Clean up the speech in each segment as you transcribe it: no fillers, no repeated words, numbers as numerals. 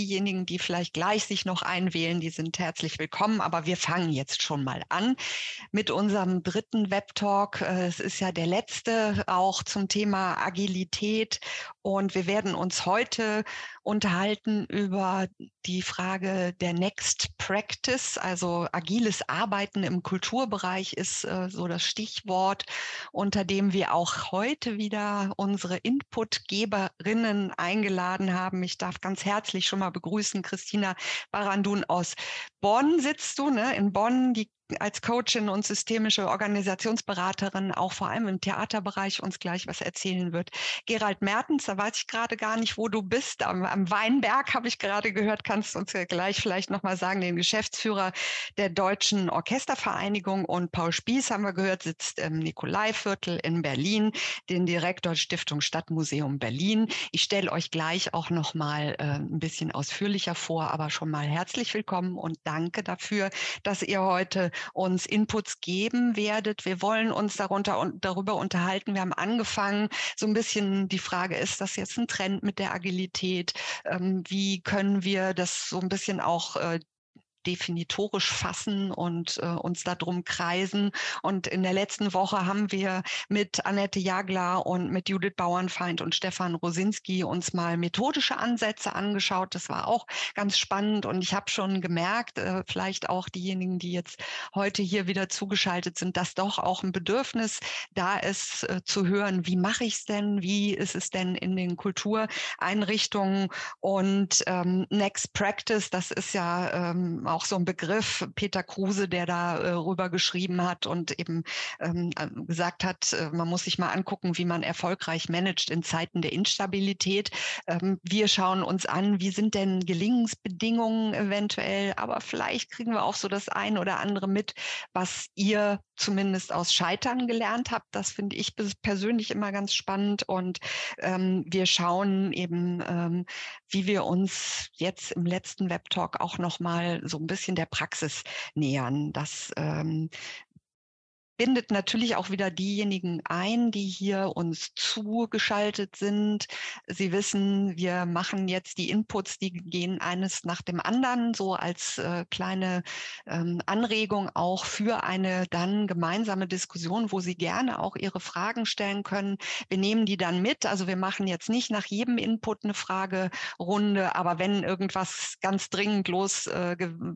diejenigen, die vielleicht gleich sich noch einwählen, die sind herzlich willkommen. Aber wir fangen jetzt schon mal an mit unserem dritten Webtalk. Es ist ja der letzte auch zum Thema Agilität. Und wir werden uns heute unterhalten über die Frage der Next Practice. Also agiles Arbeiten im Kulturbereich ist so das Stichwort, unter dem wir auch heute wieder unsere Inputgeberinnen eingeladen haben. Ich darf ganz herzlich schon mal begrüßen, Christina Barandun aus Bonn sitzt du, ne? In Bonn, die als Coachin und systemische Organisationsberaterin auch vor allem im Theaterbereich uns gleich was erzählen wird. Gerald Mertens, da weiß ich gerade gar nicht, wo du bist. Am Weinberg habe ich gerade gehört. Kannst du uns ja gleich vielleicht nochmal sagen, den Geschäftsführer der Deutschen Orchestervereinigung. Und Paul Spieß, haben wir gehört, sitzt im Nikolaiviertel in Berlin, den Direktor Stiftung Stadtmuseum Berlin. Ich stelle euch gleich auch nochmal ein bisschen ausführlicher vor, aber schon mal herzlich willkommen und danke dafür, dass ihr heute uns Inputs geben werdet. Wir wollen uns darüber unterhalten. Wir haben angefangen, so ein bisschen die Frage, ist das jetzt ein Trend mit der Agilität? Wie können wir das so ein bisschen auch definitorisch fassen und uns darum kreisen. Und in der letzten Woche haben wir mit Annette Jagler und mit Judith Bauernfeind und Stefan Rosinski uns mal methodische Ansätze angeschaut. Das war auch ganz spannend und ich habe schon gemerkt, vielleicht auch diejenigen, die jetzt heute hier wieder zugeschaltet sind, dass doch auch ein Bedürfnis da ist, zu hören, wie mache ich es denn, wie ist es denn in den Kultureinrichtungen und Next Practice, das ist ja auch so ein Begriff, Peter Kruse, der da rüber geschrieben hat und eben gesagt hat, man muss sich mal angucken, wie man erfolgreich managt in Zeiten der Instabilität. Wir schauen uns an, wie sind denn Gelingensbedingungen eventuell, aber vielleicht kriegen wir auch so das ein oder andere mit, was ihr zumindest aus Scheitern gelernt habt. Das finde ich persönlich immer ganz spannend und wir schauen eben, wie wir uns jetzt im letzten Webtalk auch nochmal so ein bisschen der Praxis nähern. Das bindet natürlich auch wieder diejenigen ein, die hier uns zugeschaltet sind. Sie wissen, wir machen jetzt die Inputs, die gehen eines nach dem anderen, so als kleine Anregung auch für eine dann gemeinsame Diskussion, wo Sie gerne auch Ihre Fragen stellen können. Wir nehmen die dann mit. Also wir machen jetzt nicht nach jedem Input eine Fragerunde, aber wenn irgendwas ganz dringend loswerden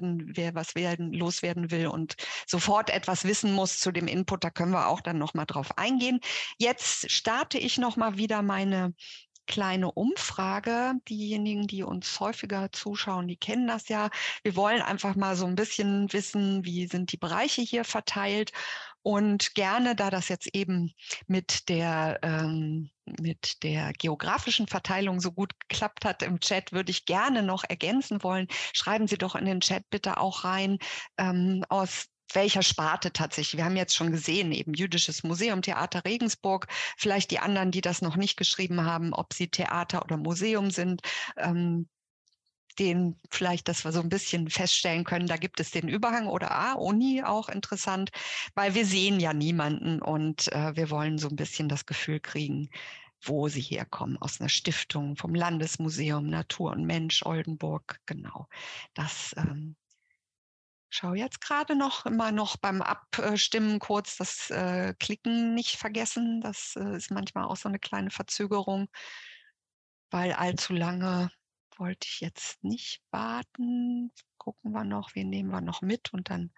will und sofort etwas wissen muss zu dem Input, da können wir auch dann nochmal drauf eingehen. Jetzt starte ich nochmal wieder meine kleine Umfrage. Diejenigen, die uns häufiger zuschauen, die kennen das ja. Wir wollen einfach mal so ein bisschen wissen, wie sind die Bereiche hier verteilt und gerne, da das jetzt eben mit der geografischen Verteilung so gut geklappt hat im Chat, würde ich gerne noch ergänzen wollen. Schreiben Sie doch in den Chat bitte auch rein, aus welcher Sparte tatsächlich. Wir haben jetzt schon gesehen, eben Jüdisches Museum, Theater Regensburg, vielleicht die anderen, die das noch nicht geschrieben haben, ob sie Theater oder Museum sind, den vielleicht, dass wir so ein bisschen feststellen können, da gibt es den Überhang oder Uni, auch interessant, weil wir sehen ja niemanden und wir wollen so ein bisschen das Gefühl kriegen, wo sie herkommen, aus einer Stiftung, vom Landesmuseum Natur und Mensch Oldenburg, genau. Das schau jetzt gerade noch, immer noch beim Abstimmen kurz das Klicken nicht vergessen. Das ist manchmal auch so eine kleine Verzögerung, weil allzu lange wollte ich jetzt nicht warten. Gucken wir noch, wen nehmen wir noch mit und dann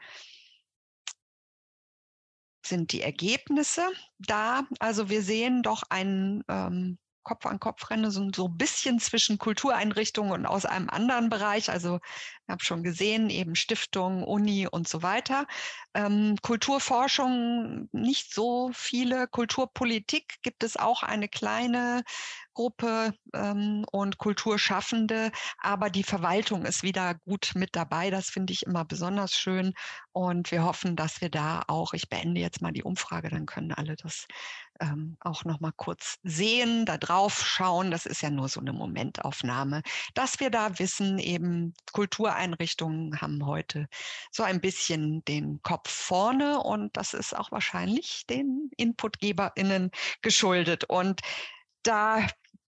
sind die Ergebnisse da. Also wir sehen doch ein Kopf-an-Kopf-Rennen so ein bisschen zwischen Kultureinrichtungen und aus einem anderen Bereich. Also ich habe schon gesehen, eben Stiftung, Uni und so weiter. Kulturforschung nicht so viele. Kulturpolitik gibt es auch eine kleine Gruppe und Kulturschaffende, aber die Verwaltung ist wieder gut mit dabei. Das finde ich immer besonders schön und wir hoffen, dass wir da auch, ich beende jetzt mal die Umfrage, dann können alle das auch noch mal kurz sehen, da drauf schauen. Das ist ja nur so eine Momentaufnahme, dass wir da wissen, eben Kultureinrichtungen haben heute so ein bisschen den Kopf vorne und das ist auch wahrscheinlich den InputgeberInnen geschuldet. Und da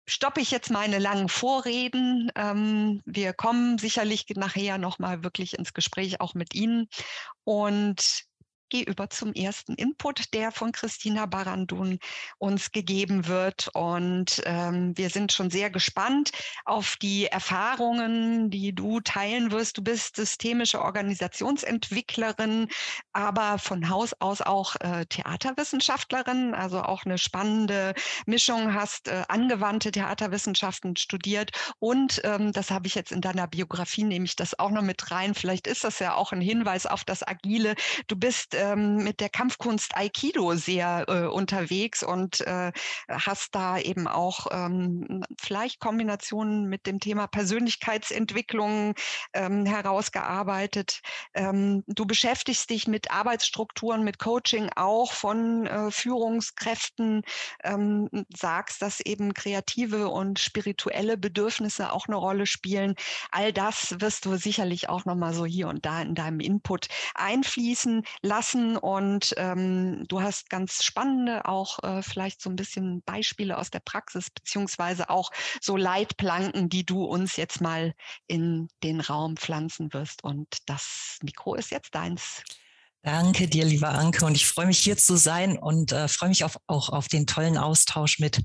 stoppe ich jetzt meine langen Vorreden. Wir kommen sicherlich nachher nochmal wirklich ins Gespräch auch mit Ihnen und gehe über zum ersten Input, der von Christina Barandun uns gegeben wird. Und wir sind schon sehr gespannt auf die Erfahrungen, die du teilen wirst. Du bist systemische Organisationsentwicklerin, aber von Haus aus auch Theaterwissenschaftlerin, also auch eine spannende Mischung, hast angewandte Theaterwissenschaften studiert und das habe ich jetzt in deiner Biografie, nehme ich das auch noch mit rein. Vielleicht ist das ja auch ein Hinweis auf das Agile. Du bist mit der Kampfkunst Aikido sehr unterwegs und hast da eben auch vielleicht Kombinationen mit dem Thema Persönlichkeitsentwicklung herausgearbeitet. Du beschäftigst dich mit Arbeitsstrukturen, mit Coaching auch von Führungskräften, sagst, dass eben kreative und spirituelle Bedürfnisse auch eine Rolle spielen. All das wirst du sicherlich auch noch mal so hier und da in deinem Input einfließen lassen und du hast ganz spannende auch vielleicht so ein bisschen Beispiele aus der Praxis beziehungsweise auch so Leitplanken, die du uns jetzt mal in den Raum pflanzen wirst und das Mikro ist jetzt deins. Danke dir, lieber Anke. Und ich freue mich, hier zu sein und freue mich auch auf den tollen Austausch mit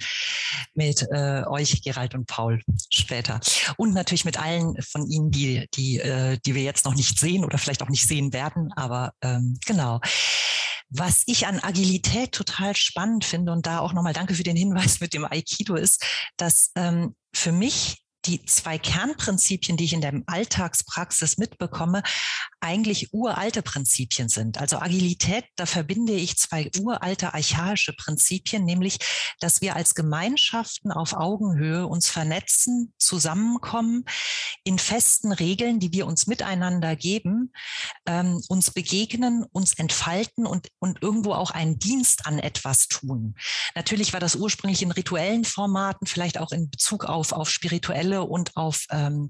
euch, Gerald und Paul, später. Und natürlich mit allen von Ihnen, die wir jetzt noch nicht sehen oder vielleicht auch nicht sehen werden. Aber genau. Was ich an Agilität total spannend finde, und da auch nochmal danke für den Hinweis mit dem Aikido, ist, dass für mich die 2 Kernprinzipien, die ich in der Alltagspraxis mitbekomme, eigentlich uralte Prinzipien sind. Also Agilität, da verbinde ich 2 uralte archaische Prinzipien, nämlich, dass wir als Gemeinschaften auf Augenhöhe uns vernetzen, zusammenkommen, in festen Regeln, die wir uns miteinander geben, uns begegnen, uns entfalten und irgendwo auch einen Dienst an etwas tun. Natürlich war das ursprünglich in rituellen Formaten, vielleicht auch in Bezug auf spirituelle und auf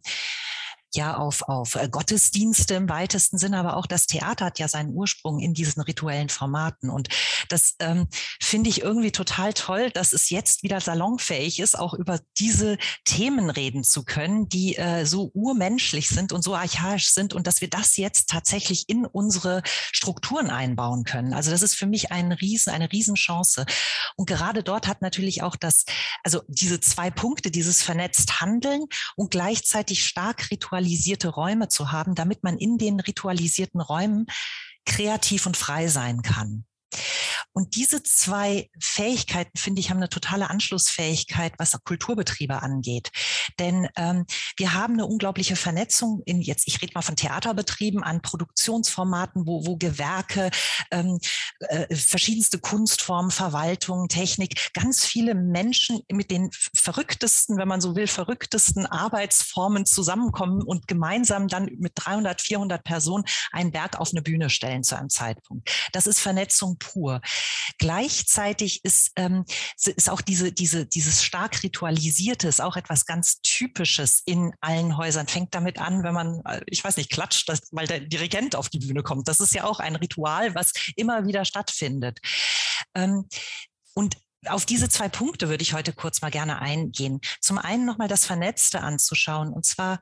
Gottesdienste im weitesten Sinne, aber auch das Theater hat ja seinen Ursprung in diesen rituellen Formaten. Und das finde ich irgendwie total toll, dass es jetzt wieder salonfähig ist, auch über diese Themen reden zu können, die so urmenschlich sind und so archaisch sind und dass wir das jetzt tatsächlich in unsere Strukturen einbauen können. Also das ist für mich eine Riesenchance. Und gerade dort hat natürlich auch diese 2 Punkte, dieses vernetzt Handeln und gleichzeitig stark ritualisierte Räume zu haben, damit man in den ritualisierten Räumen kreativ und frei sein kann. Und diese 2 Fähigkeiten, finde ich, haben eine totale Anschlussfähigkeit, was Kulturbetriebe angeht. Denn wir haben eine unglaubliche Vernetzung ich rede mal von Theaterbetrieben, an Produktionsformaten, wo Gewerke, verschiedenste Kunstformen, Verwaltung, Technik, ganz viele Menschen mit den verrücktesten, wenn man so will, verrücktesten Arbeitsformen zusammenkommen und gemeinsam dann mit 300, 400 Personen einen Berg auf eine Bühne stellen zu einem Zeitpunkt. Das ist Vernetzung pur. Gleichzeitig ist auch dieses stark Ritualisierte ist auch etwas ganz Typisches in allen Häusern. Fängt damit an, wenn man, ich weiß nicht, klatscht, weil der Dirigent auf die Bühne kommt. Das ist ja auch ein Ritual, was immer wieder stattfindet. Und auf diese 2 Punkte würde ich heute kurz mal gerne eingehen. Zum einen nochmal das Vernetzte anzuschauen. Und zwar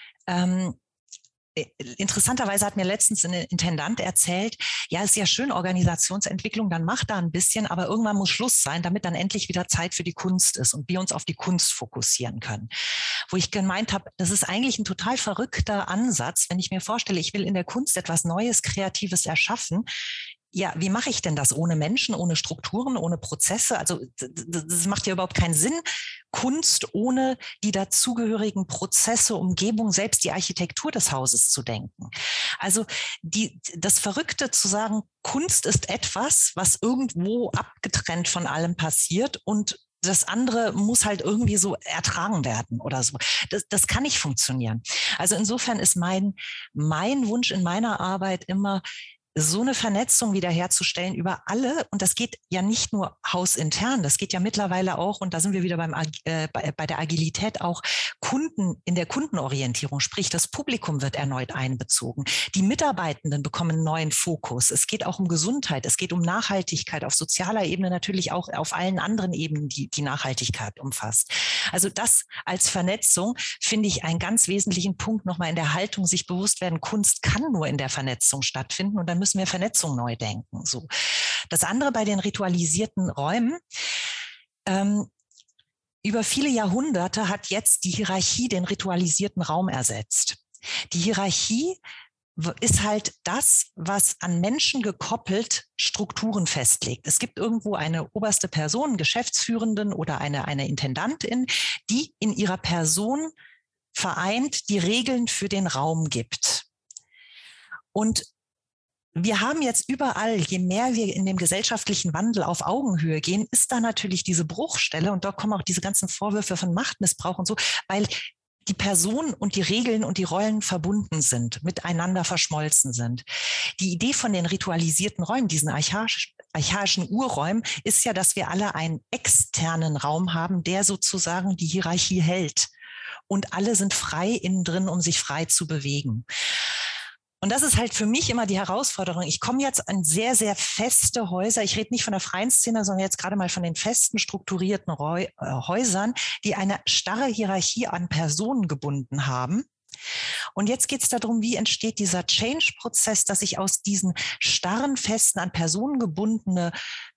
interessanterweise hat mir letztens ein Intendant erzählt, ja, ist ja schön Organisationsentwicklung, dann macht da ein bisschen, aber irgendwann muss Schluss sein, damit dann endlich wieder Zeit für die Kunst ist und wir uns auf die Kunst fokussieren können. Wo ich gemeint habe, das ist eigentlich ein total verrückter Ansatz, wenn ich mir vorstelle, ich will in der Kunst etwas Neues, Kreatives erschaffen. Ja, wie mache ich denn das ohne Menschen, ohne Strukturen, ohne Prozesse? Also das macht ja überhaupt keinen Sinn. Kunst ohne die dazugehörigen Prozesse, Umgebung, selbst die Architektur des Hauses zu denken. Also das Verrückte zu sagen, Kunst ist etwas, was irgendwo abgetrennt von allem passiert und das andere muss halt irgendwie so ertragen werden oder so. Das kann nicht funktionieren. Also insofern ist mein Wunsch in meiner Arbeit immer, so eine Vernetzung wiederherzustellen über alle, und das geht ja nicht nur hausintern, das geht ja mittlerweile auch, und da sind wir wieder bei der Agilität, auch Kunden in der Kundenorientierung, sprich das Publikum wird erneut einbezogen, die Mitarbeitenden bekommen einen neuen Fokus, es geht auch um Gesundheit, es geht um Nachhaltigkeit auf sozialer Ebene, natürlich auch auf allen anderen Ebenen, die Nachhaltigkeit umfasst. Also das als Vernetzung finde ich einen ganz wesentlichen Punkt nochmal in der Haltung, sich bewusst werden, Kunst kann nur in der Vernetzung stattfinden, und dann müssen wir Vernetzung neu denken. So. Das andere bei den ritualisierten Räumen, über viele Jahrhunderte hat jetzt die Hierarchie den ritualisierten Raum ersetzt. Die Hierarchie ist halt das, was an Menschen gekoppelt Strukturen festlegt. Es gibt irgendwo eine oberste Person, Geschäftsführenden oder eine Intendantin, die in ihrer Person vereint die Regeln für den Raum gibt. Und wir haben jetzt überall, je mehr wir in dem gesellschaftlichen Wandel auf Augenhöhe gehen, ist da natürlich diese Bruchstelle, und da kommen auch diese ganzen Vorwürfe von Machtmissbrauch und so, weil die Person und die Regeln und die Rollen verbunden sind, miteinander verschmolzen sind. Die Idee von den ritualisierten Räumen, diesen archaischen Urräumen, ist ja, dass wir alle einen externen Raum haben, der sozusagen die Hierarchie hält. Und alle sind frei innen drin, um sich frei zu bewegen. Und das ist halt für mich immer die Herausforderung. Ich komme jetzt an sehr, sehr feste Häuser. Ich rede nicht von der freien Szene, sondern jetzt gerade mal von den festen, strukturierten Häusern, die eine starre Hierarchie an Personen gebunden haben. Und jetzt geht es darum, wie entsteht dieser Change-Prozess, dass ich aus diesen starren, festen, an Personen gebundene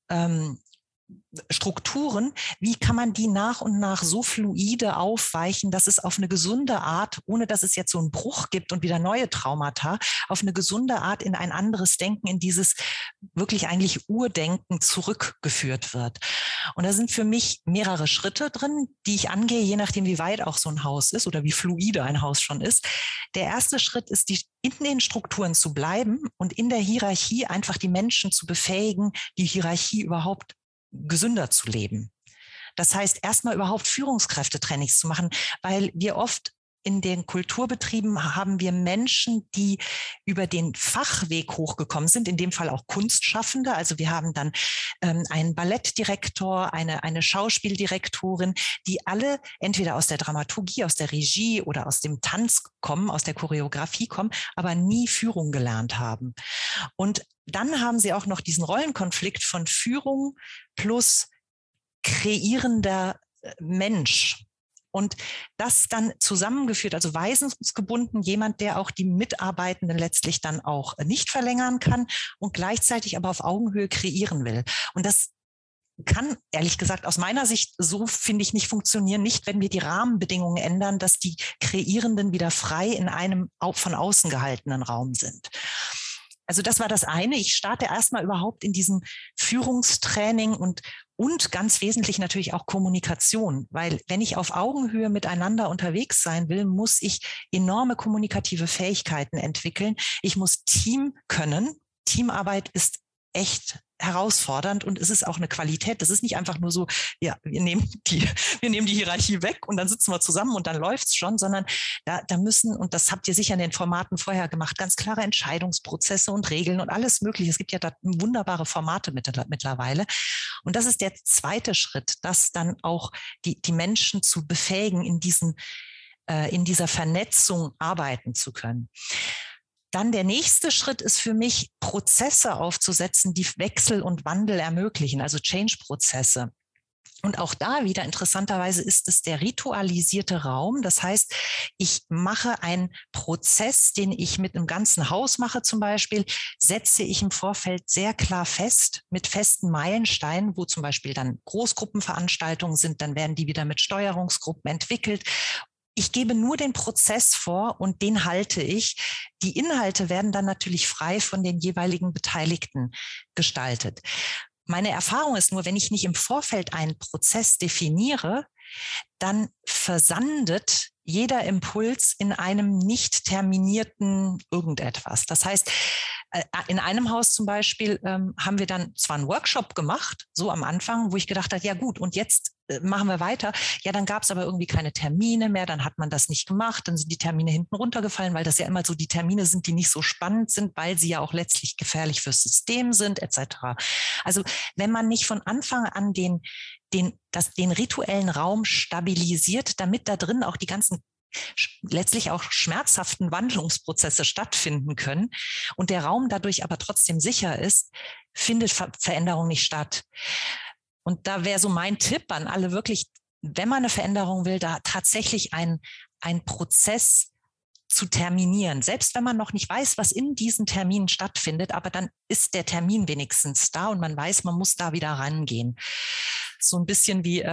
Strukturen, wie kann man die nach und nach so fluide aufweichen, dass es auf eine gesunde Art, ohne dass es jetzt so einen Bruch gibt und wieder neue Traumata, auf eine gesunde Art in ein anderes Denken, in dieses wirklich eigentlich Urdenken zurückgeführt wird. Und da sind für mich mehrere Schritte drin, die ich angehe, je nachdem, wie weit auch so ein Haus ist oder wie fluide ein Haus schon ist. Der erste Schritt ist, in den Strukturen zu bleiben und in der Hierarchie einfach die Menschen zu befähigen, die Hierarchie überhaupt gesünder zu leben. Das heißt, erstmal überhaupt Führungskräftetrainings zu machen, weil wir oft in den Kulturbetrieben haben wir Menschen, die über den Fachweg hochgekommen sind, in dem Fall auch Kunstschaffende. Also wir haben dann einen Ballettdirektor, eine Schauspieldirektorin, die alle entweder aus der Dramaturgie, aus der Regie oder aus dem Tanz kommen, aus der Choreografie kommen, aber nie Führung gelernt haben. Und dann haben sie auch noch diesen Rollenkonflikt von Führung plus kreierender Mensch. Und das dann zusammengeführt, also weisungsgebunden, jemand, der auch die Mitarbeitenden letztlich dann auch nicht verlängern kann und gleichzeitig aber auf Augenhöhe kreieren will. Und das kann, ehrlich gesagt, aus meiner Sicht, so finde ich, nicht funktionieren, nicht wenn wir die Rahmenbedingungen ändern, dass die Kreierenden wieder frei in einem von außen gehaltenen Raum sind. Also das war das eine. Ich starte erstmal überhaupt in diesem Führungstraining und ganz wesentlich natürlich auch Kommunikation, weil wenn ich auf Augenhöhe miteinander unterwegs sein will, muss ich enorme kommunikative Fähigkeiten entwickeln. Ich muss Team können. Teamarbeit ist echt herausfordernd und es ist auch eine Qualität. Das ist nicht einfach nur so, ja, wir nehmen die Hierarchie weg und dann sitzen wir zusammen und dann läuft's schon, sondern da müssen, und das habt ihr sicher in den Formaten vorher gemacht, ganz klare Entscheidungsprozesse und Regeln und alles Mögliche. Es gibt ja da wunderbare Formate mittlerweile. Und das ist der zweite Schritt, das dann auch die Menschen zu befähigen, in dieser Vernetzung arbeiten zu können. Dann der nächste Schritt ist für mich, Prozesse aufzusetzen, die Wechsel und Wandel ermöglichen, also Change-Prozesse. Und auch da wieder interessanterweise ist es der ritualisierte Raum. Das heißt, ich mache einen Prozess, den ich mit einem ganzen Haus mache zum Beispiel, setze ich im Vorfeld sehr klar fest mit festen Meilensteinen, wo zum Beispiel dann Großgruppenveranstaltungen sind, dann werden die wieder mit Steuerungsgruppen entwickelt. Ich gebe nur den Prozess vor und den halte ich. Die Inhalte werden dann natürlich frei von den jeweiligen Beteiligten gestaltet. Meine Erfahrung ist nur, wenn ich nicht im Vorfeld einen Prozess definiere, dann versandet jeder Impuls in einem nicht terminierten irgendetwas. Das heißt, In einem Haus zum Beispiel haben wir dann zwar einen Workshop gemacht, so am Anfang, wo ich gedacht habe, ja gut, und jetzt machen wir weiter. Ja, dann gab es aber irgendwie keine Termine mehr, dann hat man das nicht gemacht, dann sind die Termine hinten runtergefallen, weil das ja immer so die Termine sind, die nicht so spannend sind, weil sie ja auch letztlich gefährlich fürs System sind, etc. Also wenn man nicht von Anfang an den rituellen Raum stabilisiert, damit da drin auch die ganzen letztlich auch schmerzhaften Wandlungsprozesse stattfinden können und der Raum dadurch aber trotzdem sicher ist, findet Veränderung nicht statt. Und da wäre so mein Tipp an alle wirklich, wenn man eine Veränderung will, da tatsächlich ein Prozess zu terminieren. Selbst wenn man noch nicht weiß, was in diesen Terminen stattfindet, aber dann ist der Termin wenigstens da und man weiß, man muss da wieder rangehen. So ein bisschen wie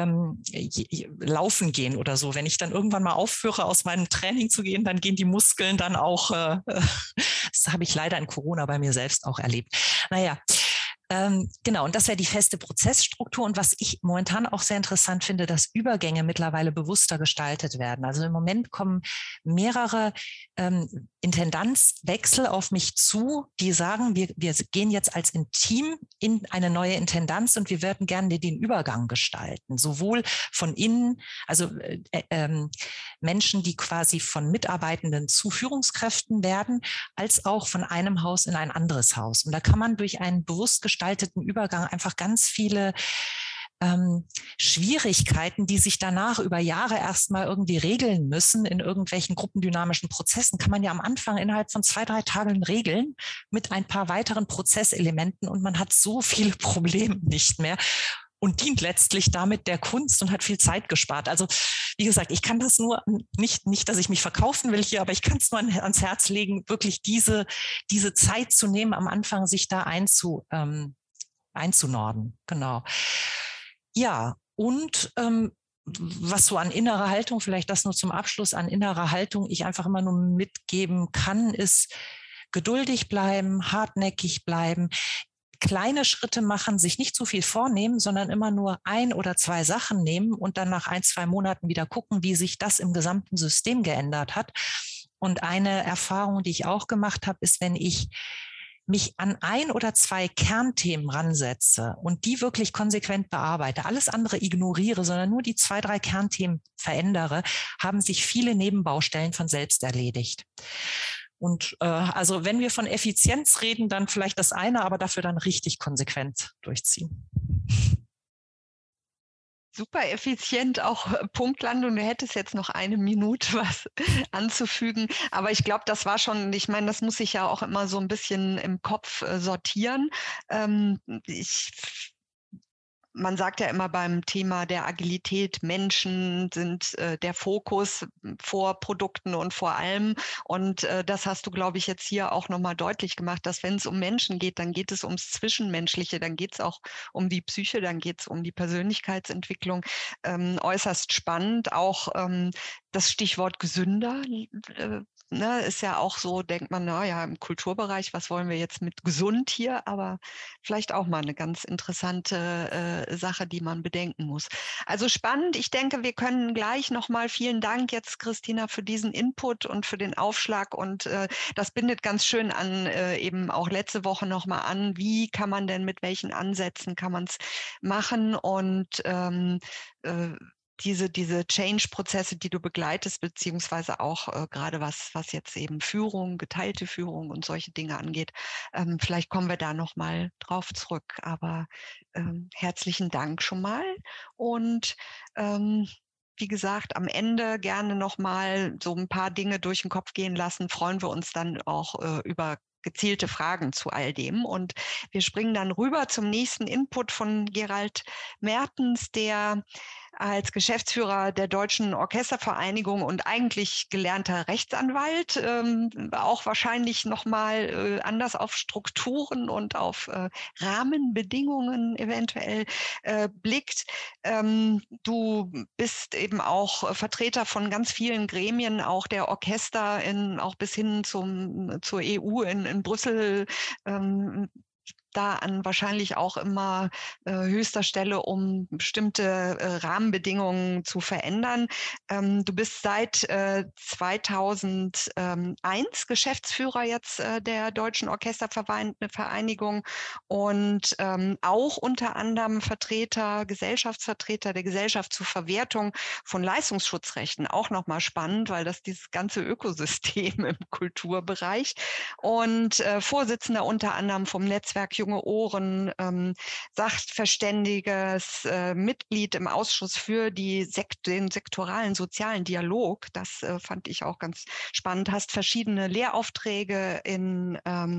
Laufen gehen oder so. Wenn ich dann irgendwann mal aufhöre, aus meinem Training zu gehen, dann gehen die Muskeln dann auch, das habe ich leider in Corona bei mir selbst auch erlebt. Naja, genau, und das wäre die feste Prozessstruktur. Und was ich momentan auch sehr interessant finde, dass Übergänge mittlerweile bewusster gestaltet werden. Also im Moment kommen mehrere Intendanzwechsel auf mich zu, die sagen, wir gehen jetzt als Team in eine neue Intendanz und wir würden gerne den Übergang gestalten. Sowohl von innen, also Menschen, die quasi von Mitarbeitenden zu Führungskräften werden, als auch von einem Haus in ein anderes Haus. Und da kann man durch einen bewusst gestalteten Übergang einfach ganz viele Schwierigkeiten, die sich danach über Jahre erstmal irgendwie regeln müssen in irgendwelchen gruppendynamischen Prozessen, kann man ja am Anfang innerhalb von 2-3 Tagen regeln mit ein paar weiteren Prozesselementen und man hat so viele Probleme nicht mehr und dient letztlich damit der Kunst und hat viel Zeit gespart. Also wie gesagt, ich kann das nur nicht, dass ich mich verkaufen will hier, aber ich kann es nur ans Herz legen, wirklich diese Zeit zu nehmen, am Anfang sich da einzunorden. Genau. Ja, und was so an innerer Haltung, vielleicht das nur zum Abschluss, an innerer Haltung ich einfach immer nur mitgeben kann, ist geduldig bleiben, hartnäckig bleiben, kleine Schritte machen, sich nicht zu viel vornehmen, sondern immer nur 1 oder 2 Sachen nehmen und dann nach 1-2 Monaten wieder gucken, wie sich das im gesamten System geändert hat. Und eine Erfahrung, die ich auch gemacht habe, ist, wenn ich mich an 1 oder 2 Kernthemen ransetze und die wirklich konsequent bearbeite, alles andere ignoriere, sondern nur die 2-3 Kernthemen verändere, haben sich viele Nebenbaustellen von selbst erledigt. Und also wenn wir von Effizienz reden, dann vielleicht das eine, aber dafür dann richtig konsequent durchziehen. Super effizient, auch Punktlandung. Du hättest jetzt noch 1 Minute was anzufügen. Aber ich glaube, das war schon, ich meine, das muss sich ja auch immer so ein bisschen im Kopf sortieren. Man sagt ja immer beim Thema der Agilität, Menschen sind der Fokus vor Produkten und vor allem. Und das hast du, glaube ich, jetzt hier auch nochmal deutlich gemacht, dass wenn es um Menschen geht, dann geht es ums Zwischenmenschliche, dann geht es auch um die Psyche, dann geht es um die Persönlichkeitsentwicklung. Äußerst spannend. Auch das Stichwort gesünder. Ist ja auch so, denkt man, naja, im Kulturbereich, was wollen wir jetzt mit gesund hier? Aber vielleicht auch mal eine ganz interessante Sache, die man bedenken muss. Also spannend. Ich denke, wir können gleich nochmal, vielen Dank jetzt, Christina, für diesen Input und für den Aufschlag. Und das bindet ganz schön an, eben auch letzte Woche nochmal an, wie kann man denn, mit welchen Ansätzen kann man es machen und diese Change-Prozesse, die du begleitest, beziehungsweise auch gerade was jetzt eben Führung, geteilte Führung und solche Dinge angeht. Vielleicht kommen wir da nochmal drauf zurück. Aber herzlichen Dank schon mal. Und wie gesagt, am Ende gerne nochmal so ein paar Dinge durch den Kopf gehen lassen. Freuen wir uns dann auch über gezielte Fragen zu all dem. Und wir springen dann rüber zum nächsten Input von Gerald Mertens, der als Geschäftsführer der Deutschen Orchestervereinigung und eigentlich gelernter Rechtsanwalt auch wahrscheinlich nochmal anders auf Strukturen und auf Rahmenbedingungen eventuell blickt. Du bist eben auch Vertreter von ganz vielen Gremien, auch der Orchester, auch bis hin zur EU in Brüssel da an wahrscheinlich auch immer höchster Stelle, um bestimmte Rahmenbedingungen zu verändern. Du bist seit 2001 Geschäftsführer jetzt der Deutschen Orchestervereinigung und auch unter anderem Gesellschaftsvertreter der Gesellschaft zur Verwertung von Leistungsschutzrechten. Auch nochmal spannend, weil das dieses ganze Ökosystem im Kulturbereich und Vorsitzender unter anderem vom Netzwerk Junge Ohren, sachverständiges Mitglied im Ausschuss für den sektoralen sozialen Dialog. Das fand ich auch ganz spannend. Hast verschiedene Lehraufträge in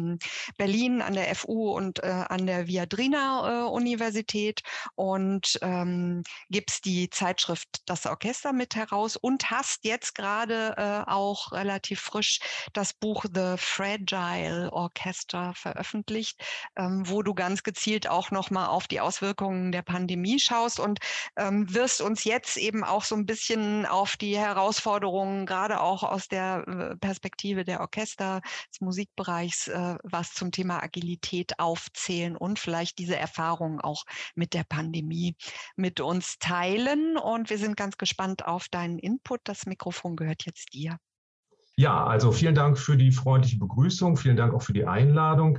Berlin an der FU und an der Viadrina Universität und gibst die Zeitschrift Das Orchester mit heraus und hast jetzt gerade auch relativ frisch das Buch The Fragile Orchestra veröffentlicht, wo du ganz gezielt auch nochmal auf die Auswirkungen der Pandemie schaust und wirst uns jetzt eben auch so ein bisschen auf die Herausforderungen, gerade auch aus der Perspektive der Orchester, des Musikbereichs, was zum Thema Agilität aufzählen und vielleicht diese Erfahrungen auch mit der Pandemie mit uns teilen. Und wir sind ganz gespannt auf deinen Input. Das Mikrofon gehört jetzt dir. Ja, also vielen Dank für die freundliche Begrüßung, vielen Dank auch für die Einladung.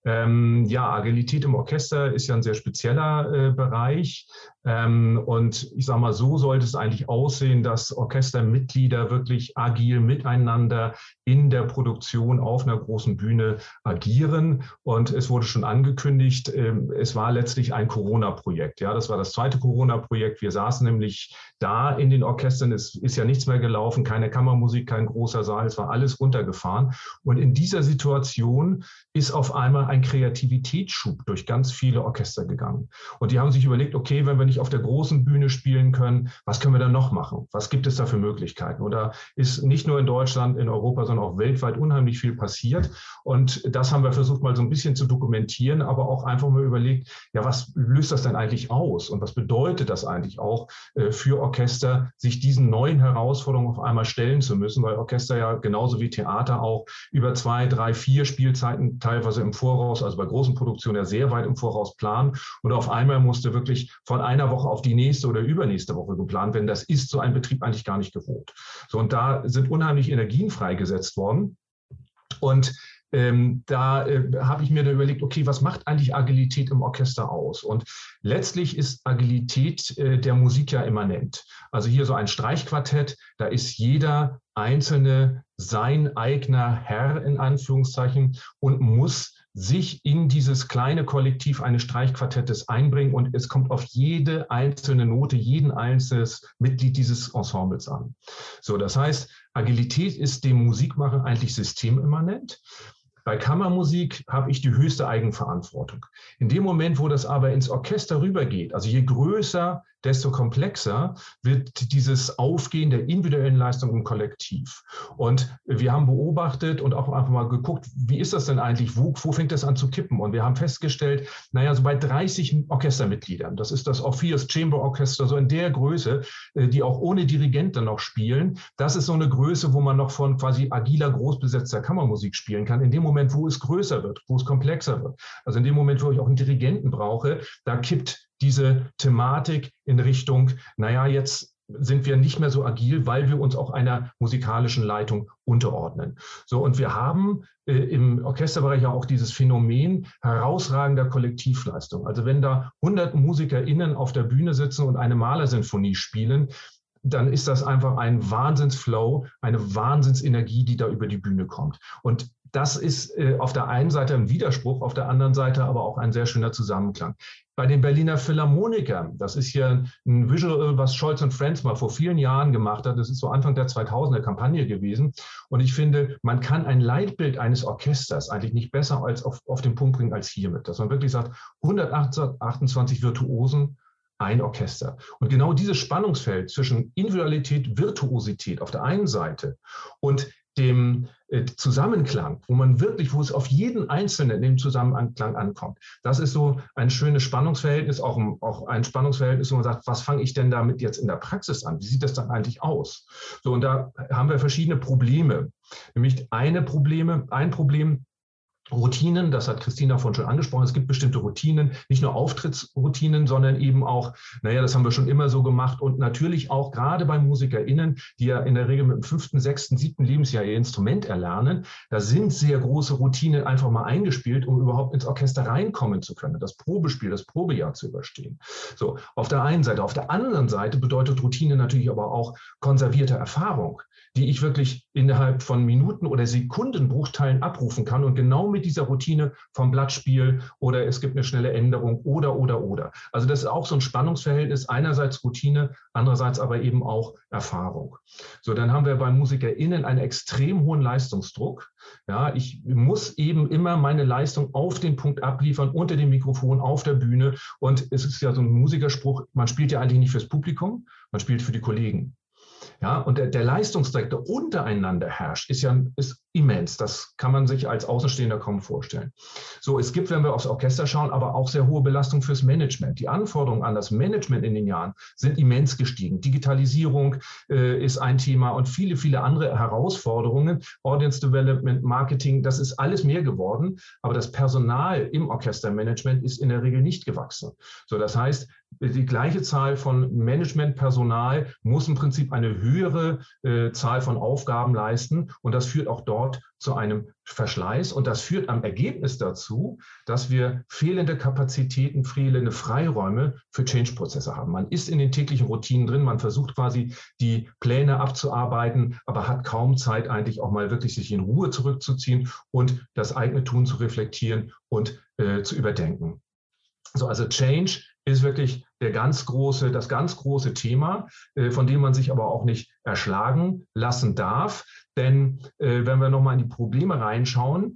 Ja, Agilität im Orchester ist ja ein sehr spezieller Bereich. Und ich sage mal, so sollte es eigentlich aussehen, dass Orchestermitglieder wirklich agil miteinander in der Produktion auf einer großen Bühne agieren. Und es wurde schon angekündigt, es war letztlich ein Corona-Projekt. Ja, das war das zweite Corona-Projekt. Wir saßen nämlich da in den Orchestern. Es ist ja nichts mehr gelaufen, keine Kammermusik, kein großer Saal. Es war alles runtergefahren. Und in dieser Situation ist auf einmal ein Kreativitätsschub durch ganz viele Orchester gegangen. Und die haben sich überlegt, okay, wenn wir nicht auf der großen Bühne spielen können, was können wir dann noch machen? Was gibt es da für Möglichkeiten? Oder ist nicht nur in Deutschland, in Europa, sondern auch weltweit unheimlich viel passiert? Und das haben wir versucht mal so ein bisschen zu dokumentieren, aber auch einfach mal überlegt, ja, was löst das denn eigentlich aus? Und was bedeutet das eigentlich auch für Orchester, sich diesen neuen Herausforderungen auf einmal stellen zu müssen? Weil Orchester ja genauso wie Theater auch über 2, 3, 4 Spielzeiten teilweise im Voraus, also bei großen Produktionen ja sehr weit im Voraus planen. Und auf einmal musste wirklich von einer Woche auf die nächste oder übernächste Woche geplant werden. Das ist so ein Betrieb eigentlich gar nicht gewohnt. So, und da sind unheimlich Energien freigesetzt worden. Und da habe ich mir dann überlegt, okay, was macht eigentlich Agilität im Orchester aus? Und letztlich ist Agilität der Musik ja immanent. Also hier so ein Streichquartett, da ist jeder Einzelne sein eigener Herr in Anführungszeichen und muss sich in dieses kleine Kollektiv eines Streichquartettes einbringen und es kommt auf jede einzelne Note, jeden einzelnes Mitglied dieses Ensembles an. So, das heißt, Agilität ist dem Musikmacher eigentlich systemimmanent. Bei Kammermusik habe ich die höchste Eigenverantwortung. In dem Moment, wo das aber ins Orchester rübergeht, also je größer, desto komplexer wird dieses Aufgehen der individuellen Leistung im Kollektiv. Und wir haben beobachtet und auch einfach mal geguckt, wie ist das denn eigentlich, wo fängt das an zu kippen? Und wir haben festgestellt, naja, so bei 30 Orchestermitgliedern, das ist das Orpheus Chamber Orchester, so in der Größe, die auch ohne Dirigent dann noch spielen, das ist so eine Größe, wo man noch von quasi agiler, großbesetzter Kammermusik spielen kann. In dem Moment, wo es größer wird, wo es komplexer wird, also in dem Moment, wo ich auch einen Dirigenten brauche, da kippt diese Thematik in Richtung, naja, jetzt sind wir nicht mehr so agil, weil wir uns auch einer musikalischen Leitung unterordnen. So, und wir haben im Orchesterbereich ja auch dieses Phänomen herausragender Kollektivleistung. Also wenn da 100 MusikerInnen auf der Bühne sitzen und eine Malersinfonie spielen, dann ist das einfach ein Wahnsinnsflow, eine Wahnsinnsenergie, die da über die Bühne kommt. Und das ist auf der einen Seite ein Widerspruch, auf der anderen Seite aber auch ein sehr schöner Zusammenklang. Bei den Berliner Philharmonikern, das ist ja ein Visual, was Scholz und Friends mal vor vielen Jahren gemacht hat. Das ist so Anfang der 2000er Kampagne gewesen. Und ich finde, man kann ein Leitbild eines Orchesters eigentlich nicht besser als auf den Punkt bringen als hiermit. Dass man wirklich sagt, 128 Virtuosen, ein Orchester. Und genau dieses Spannungsfeld zwischen Individualität, Virtuosität auf der einen Seite und dem Zusammenklang, wo es auf jeden Einzelnen in dem Zusammenklang ankommt. Das ist so ein schönes Spannungsverhältnis, auch ein Spannungsverhältnis, wo man sagt, was fange ich denn damit jetzt in der Praxis an? Wie sieht das dann eigentlich aus? So, und da haben wir verschiedene Probleme. Nämlich ein Problem Routinen, das hat Christina vorhin schon angesprochen, es gibt bestimmte Routinen, nicht nur Auftrittsroutinen, sondern eben auch, das haben wir schon immer so gemacht und natürlich auch gerade bei MusikerInnen, die ja in der Regel mit dem 5., 6., 7. Lebensjahr ihr Instrument erlernen, da sind sehr große Routinen einfach mal eingespielt, um überhaupt ins Orchester reinkommen zu können, das Probespiel, das Probejahr zu überstehen. So, auf der einen Seite. Auf der anderen Seite bedeutet Routine natürlich aber auch konservierte Erfahrung, die ich wirklich innerhalb von Minuten oder Sekundenbruchteilen abrufen kann und genau mit dieser Routine vom Blattspiel oder es gibt eine schnelle Änderung oder. Also das ist auch so ein Spannungsverhältnis, einerseits Routine, andererseits aber eben auch Erfahrung. So, dann haben wir bei MusikerInnen einen extrem hohen Leistungsdruck. Ja, ich muss eben immer meine Leistung auf den Punkt abliefern, unter dem Mikrofon, auf der Bühne und es ist ja so ein Musikerspruch, man spielt ja eigentlich nicht fürs Publikum, man spielt für die Kollegen. Ja, und der Leistungsdruck, der untereinander herrscht, ist immens. Das kann man sich als Außenstehender kaum vorstellen. So, es gibt, wenn wir aufs Orchester schauen, aber auch sehr hohe Belastung fürs Management. Die Anforderungen an das Management in den Jahren sind immens gestiegen. Digitalisierung ist ein Thema und viele, viele andere Herausforderungen. Audience Development, Marketing, das ist alles mehr geworden. Aber das Personal im Orchestermanagement ist in der Regel nicht gewachsen. So, das heißt, die gleiche Zahl von Managementpersonal muss im Prinzip eine höhere Zahl von Aufgaben leisten und das führt auch dort zu einem Verschleiß und das führt am Ergebnis dazu, dass wir fehlende Kapazitäten, fehlende Freiräume für Change-Prozesse haben. Man ist in den täglichen Routinen drin, man versucht quasi die Pläne abzuarbeiten, aber hat kaum Zeit eigentlich auch mal wirklich sich in Ruhe zurückzuziehen und das eigene Tun zu reflektieren und zu überdenken. So, also Change ist wirklich das ganz große Thema, von dem man sich aber auch nicht erschlagen lassen darf. Denn wenn wir nochmal in die Probleme reinschauen,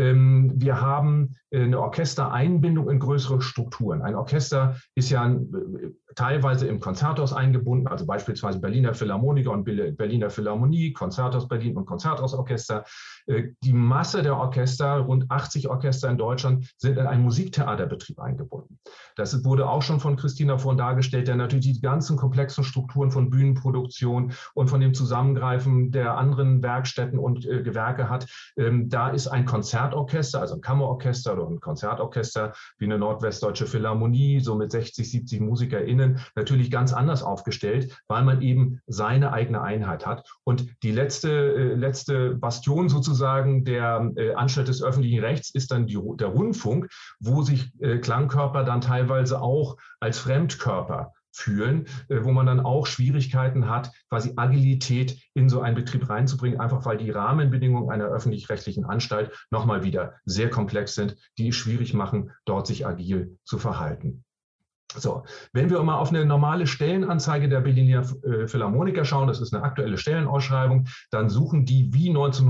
wir haben eine Orchestereinbindung in größere Strukturen. Ein Orchester ist ja teilweise im Konzerthaus eingebunden, also beispielsweise Berliner Philharmoniker und Berliner Philharmonie, Konzerthaus Berlin und Konzerthausorchester. Die Masse der Orchester, rund 80 Orchester in Deutschland, sind in einen Musiktheaterbetrieb eingebunden. Das wurde auch schon von Christina vorhin dargestellt, der natürlich die ganzen komplexen Strukturen von Bühnenproduktion und von dem Zusammengreifen der anderen Werkstätten und Gewerke hat. Da ist ein Konzertorchester, also ein Kammerorchester oder ein Konzertorchester wie eine Nordwestdeutsche Philharmonie, so mit 60, 70 MusikerInnen, natürlich ganz anders aufgestellt, weil man eben seine eigene Einheit hat. Und die letzte Bastion sozusagen der Anstalt des öffentlichen Rechts ist dann der Rundfunk, wo sich Klangkörper dann teilweise auch als Fremdkörper fühlen, wo man dann auch Schwierigkeiten hat, quasi Agilität in so einen Betrieb reinzubringen, einfach weil die Rahmenbedingungen einer öffentlich-rechtlichen Anstalt nochmal wieder sehr komplex sind, die es schwierig machen, dort sich agil zu verhalten. So, wenn wir mal auf eine normale Stellenanzeige der Berliner Philharmoniker schauen, das ist eine aktuelle Stellenausschreibung, dann suchen die wie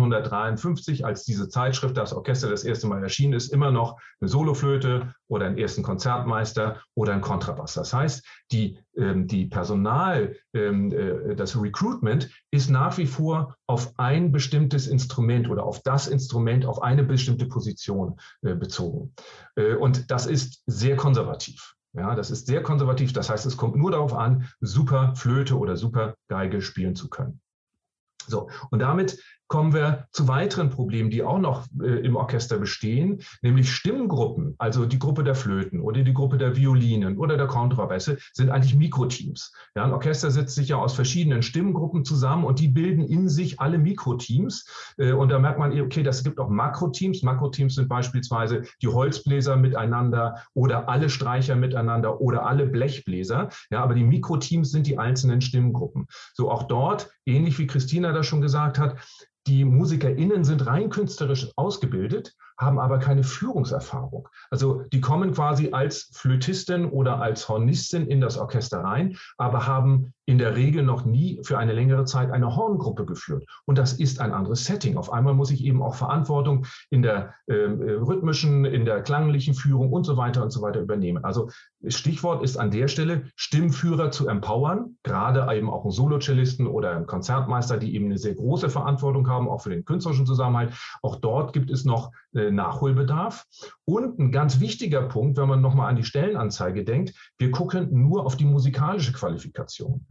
1953, als diese Zeitschrift, das Orchester das erste Mal erschienen ist, immer noch eine Soloflöte oder einen ersten Konzertmeister oder einen Kontrabass. Das heißt, die Personal, das Recruitment ist nach wie vor auf ein bestimmtes Instrument oder auf das Instrument, auf eine bestimmte Position bezogen. Und das ist sehr konservativ. Ja, das ist sehr konservativ. Das heißt, es kommt nur darauf an, super Flöte oder super Geige spielen zu können. So, und damit kommen wir zu weiteren Problemen, die auch noch im Orchester bestehen, nämlich Stimmgruppen, also die Gruppe der Flöten oder die Gruppe der Violinen oder der Kontrabässe sind eigentlich Mikroteams. Ja, ein Orchester setzt sich ja aus verschiedenen Stimmgruppen zusammen und die bilden in sich alle Mikroteams. Und da merkt man, okay, das gibt auch Makroteams. Makroteams sind beispielsweise die Holzbläser miteinander oder alle Streicher miteinander oder alle Blechbläser. Ja, aber die Mikroteams sind die einzelnen Stimmgruppen. So auch dort, ähnlich wie Christina das schon gesagt hat, die MusikerInnen sind rein künstlerisch ausgebildet, haben aber keine Führungserfahrung. Also die kommen quasi als Flötistin oder als Hornistin in das Orchester rein, aber haben in der Regel noch nie für eine längere Zeit eine Horngruppe geführt. Und das ist ein anderes Setting. Auf einmal muss ich eben auch Verantwortung in der rhythmischen, in der klanglichen Führung und so weiter übernehmen. Also Stichwort ist an der Stelle, Stimmführer zu empowern, gerade eben auch einen Solocellisten oder einen Konzertmeister, die eben eine sehr große Verantwortung haben, auch für den künstlerischen Zusammenhalt. Auch dort gibt es noch Nachholbedarf. Und ein ganz wichtiger Punkt, wenn man nochmal an die Stellenanzeige denkt, wir gucken nur auf die musikalische Qualifikation.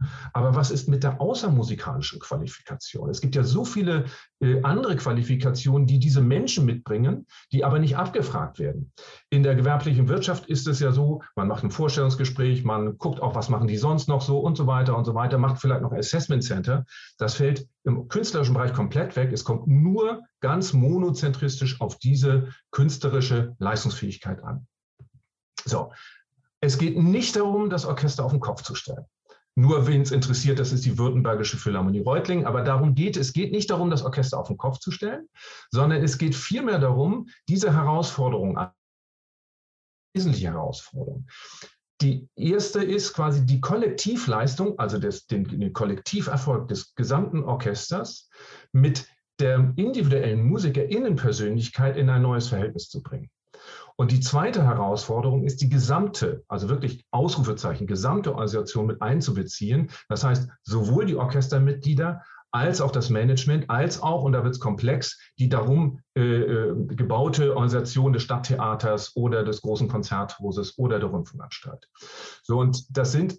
Aber was ist mit der außermusikalischen Qualifikation? Es gibt ja so viele andere Qualifikationen, die diese Menschen mitbringen, die aber nicht abgefragt werden. In der gewerblichen Wirtschaft ist es ja so, man macht ein Vorstellungsgespräch, man guckt auch, was machen die sonst noch so und so weiter, macht vielleicht noch ein Assessment Center. Das fällt im künstlerischen Bereich komplett weg. Es kommt nur ganz monozentristisch auf diese künstlerische Leistungsfähigkeit an. So, es geht nicht darum, das Orchester auf den Kopf zu stellen. Nur wen es interessiert, das ist die Württembergische Philharmonie Reutlingen. Aber es geht nicht darum, das Orchester auf den Kopf zu stellen, sondern es geht vielmehr darum, diese Herausforderung, wesentliche Herausforderung. Die erste ist quasi die Kollektivleistung, also den Kollektiverfolg des gesamten Orchesters mit der individuellen MusikerInnenpersönlichkeit in ein neues Verhältnis zu bringen. Und die zweite Herausforderung ist, die gesamte, also wirklich Ausrufezeichen, gesamte Organisation mit einzubeziehen. Das heißt, sowohl die Orchestermitglieder als auch das Management, als auch, und da wird es komplex, die darum gebaute Organisation des Stadttheaters oder des großen Konzerthauses oder der Rundfunkanstalt. So, und das sind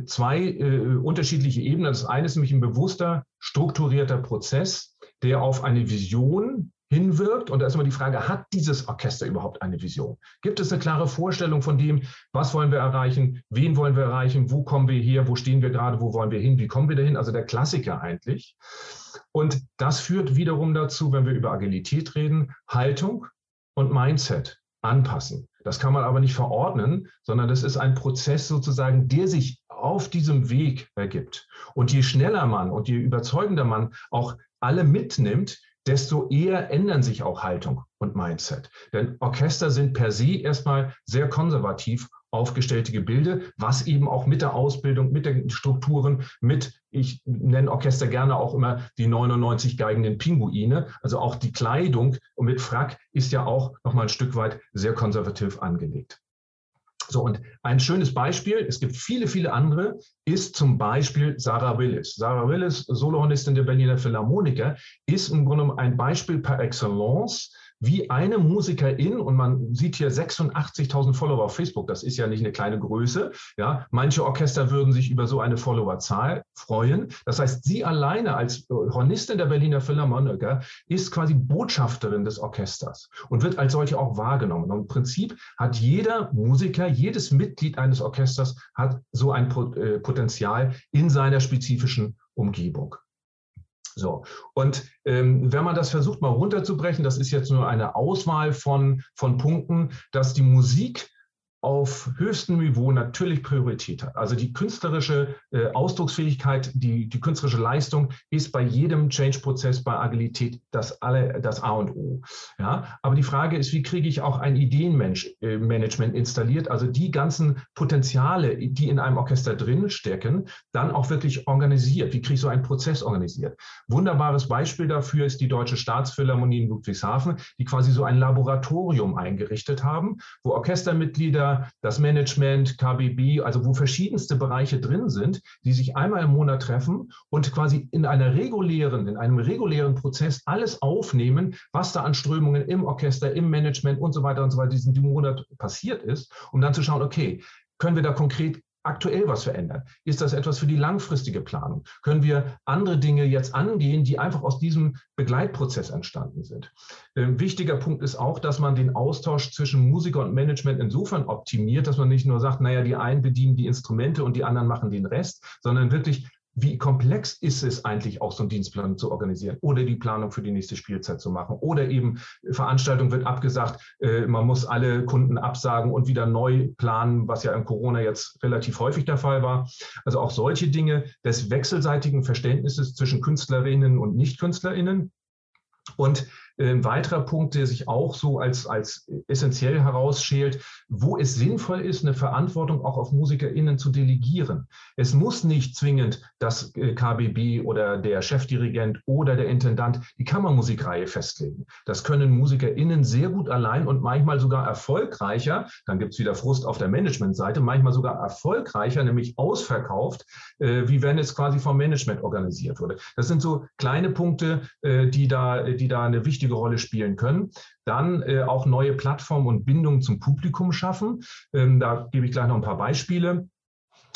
zwei unterschiedliche Ebenen. Das eine ist nämlich ein bewusster, strukturierter Prozess, der auf eine Vision hinwirkt. Und da ist immer die Frage, hat dieses Orchester überhaupt eine Vision? Gibt es eine klare Vorstellung von dem, was wollen wir erreichen, wen wollen wir erreichen, wo kommen wir her, wo stehen wir gerade, wo wollen wir hin, wie kommen wir dahin? Also der Klassiker eigentlich. Und das führt wiederum dazu, wenn wir über Agilität reden, Haltung und Mindset anpassen. Das kann man aber nicht verordnen, sondern das ist ein Prozess sozusagen, der sich auf diesem Weg ergibt. Und je schneller man und je überzeugender man auch alle mitnimmt, desto eher ändern sich auch Haltung und Mindset. Denn Orchester sind per se erstmal sehr konservativ aufgestellte Gebilde, was eben auch mit der Ausbildung, mit den Strukturen, ich nenne Orchester gerne auch immer die 99 geigenden Pinguine, also auch die Kleidung mit Frack ist ja auch nochmal ein Stück weit sehr konservativ angelegt. So, und ein schönes Beispiel, es gibt viele, viele andere, ist zum Beispiel Sarah Willis. Sarah Willis, Solohornistin der Berliner Philharmoniker, ist im Grunde ein Beispiel par excellence, wie eine Musikerin, und man sieht hier 86.000 Follower auf Facebook, das ist ja nicht eine kleine Größe, ja, manche Orchester würden sich über so eine Followerzahl freuen. Das heißt, sie alleine als Hornistin der Berliner Philharmoniker ist quasi Botschafterin des Orchesters und wird als solche auch wahrgenommen. Und im Prinzip hat jeder Musiker, jedes Mitglied eines Orchesters hat so ein Potenzial in seiner spezifischen Umgebung. So, und wenn man das versucht mal runterzubrechen, das ist jetzt nur eine Auswahl von Punkten, dass die Musik auf höchstem Niveau natürlich Priorität hat. Also die künstlerische Ausdrucksfähigkeit, die künstlerische Leistung ist bei jedem Change-Prozess, bei Agilität das A und O. Ja? Aber die Frage ist, wie kriege ich auch ein Ideenmanagement installiert, also die ganzen Potenziale, die in einem Orchester drin stecken, dann auch wirklich organisiert. Wie kriege ich so einen Prozess organisiert? Wunderbares Beispiel dafür ist die Deutsche Staatsphilharmonie in Ludwigshafen, die quasi so ein Laboratorium eingerichtet haben, wo Orchestermitglieder, das Management, KBB, also wo verschiedenste Bereiche drin sind, die sich einmal im Monat treffen und quasi in einem regulären Prozess alles aufnehmen, was da an Strömungen im Orchester, im Management und so weiter diesen Monat passiert ist, um dann zu schauen, okay, können wir da konkret aktuell was verändern? Ist das etwas für die langfristige Planung? Können wir andere Dinge jetzt angehen, die einfach aus diesem Begleitprozess entstanden sind? Wichtiger Punkt ist auch, dass man den Austausch zwischen Musiker und Management insofern optimiert, dass man nicht nur sagt, naja, die einen bedienen die Instrumente und die anderen machen den Rest, sondern wirklich, wie komplex ist es eigentlich auch, so einen Dienstplan zu organisieren oder die Planung für die nächste Spielzeit zu machen oder eben Veranstaltung wird abgesagt, man muss alle Kunden absagen und wieder neu planen, was ja in Corona jetzt relativ häufig der Fall war. Also auch solche Dinge des wechselseitigen Verständnisses zwischen KünstlerInnen und Nicht-KünstlerInnen. Und ein weiterer Punkt, der sich auch so als essentiell herausschält, wo es sinnvoll ist, eine Verantwortung auch auf MusikerInnen zu delegieren. Es muss nicht zwingend das KBB oder der Chefdirigent oder der Intendant die Kammermusikreihe festlegen. Das können MusikerInnen sehr gut allein und manchmal sogar erfolgreicher, dann gibt es wieder Frust auf der Managementseite, manchmal sogar erfolgreicher, nämlich ausverkauft, wie wenn es quasi vom Management organisiert wurde. Das sind so kleine Punkte, die da eine wichtige Rolle spielen können. Dann auch neue Plattformen und Bindungen zum Publikum schaffen. Da gebe ich gleich noch ein paar Beispiele.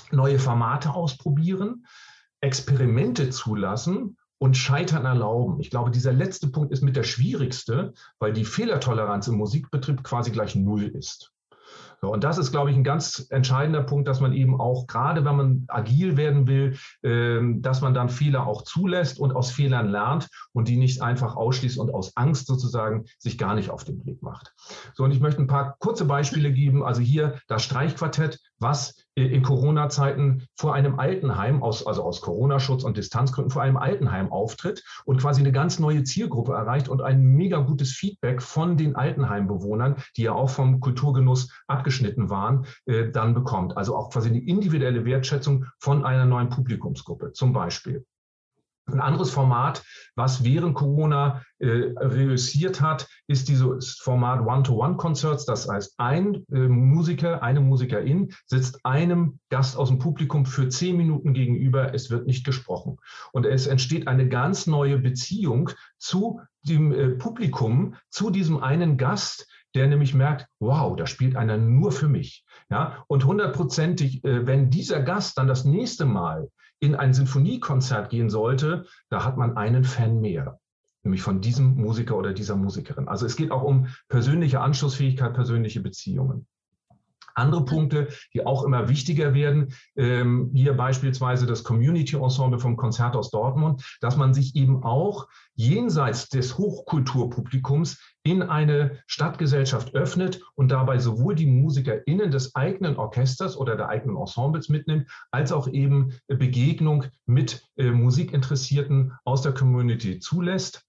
neue Formate ausprobieren, Experimente zulassen und Scheitern erlauben. Ich glaube, dieser letzte Punkt ist mit der schwierigste, weil die Fehlertoleranz im Musikbetrieb quasi gleich 0 ist. So, und das ist, glaube ich, ein ganz entscheidender Punkt, dass man eben auch, gerade wenn man agil werden will, dass man dann Fehler auch zulässt und aus Fehlern lernt und die nicht einfach ausschließt und aus Angst sozusagen sich gar nicht auf den Weg macht. So, und ich möchte ein paar kurze Beispiele geben. Also hier das Streichquartett, was in Corona-Zeiten vor einem Altenheim, also aus Corona-Schutz und Distanzgründen, vor einem Altenheim auftritt und quasi eine ganz neue Zielgruppe erreicht und ein mega gutes Feedback von den Altenheimbewohnern, die ja auch vom Kulturgenuss abgeschnitten waren, dann bekommt. Also auch quasi eine individuelle Wertschätzung von einer neuen Publikumsgruppe zum Beispiel. Ein anderes Format, was während Corona reüssiert hat, ist dieses Format One-to-One-Concerts. Das heißt, ein Musiker, eine Musikerin sitzt einem Gast aus dem Publikum für 10 Minuten gegenüber. Es wird nicht gesprochen. Und es entsteht eine ganz neue Beziehung zu dem Publikum, zu diesem einen Gast, der nämlich merkt, wow, da spielt einer nur für mich. Ja? Und 100%ig, wenn dieser Gast dann das nächste Mal in ein Sinfoniekonzert gehen sollte, da hat man einen Fan mehr, nämlich von diesem Musiker oder dieser Musikerin. Also es geht auch um persönliche Anschlussfähigkeit, persönliche Beziehungen. Andere Punkte, die auch immer wichtiger werden, hier beispielsweise das Community Ensemble vom Konzerthaus Dortmund, dass man sich eben auch jenseits des Hochkulturpublikums in eine Stadtgesellschaft öffnet und dabei sowohl die MusikerInnen des eigenen Orchesters oder der eigenen Ensembles mitnimmt, als auch eben Begegnung mit Musikinteressierten aus der Community zulässt.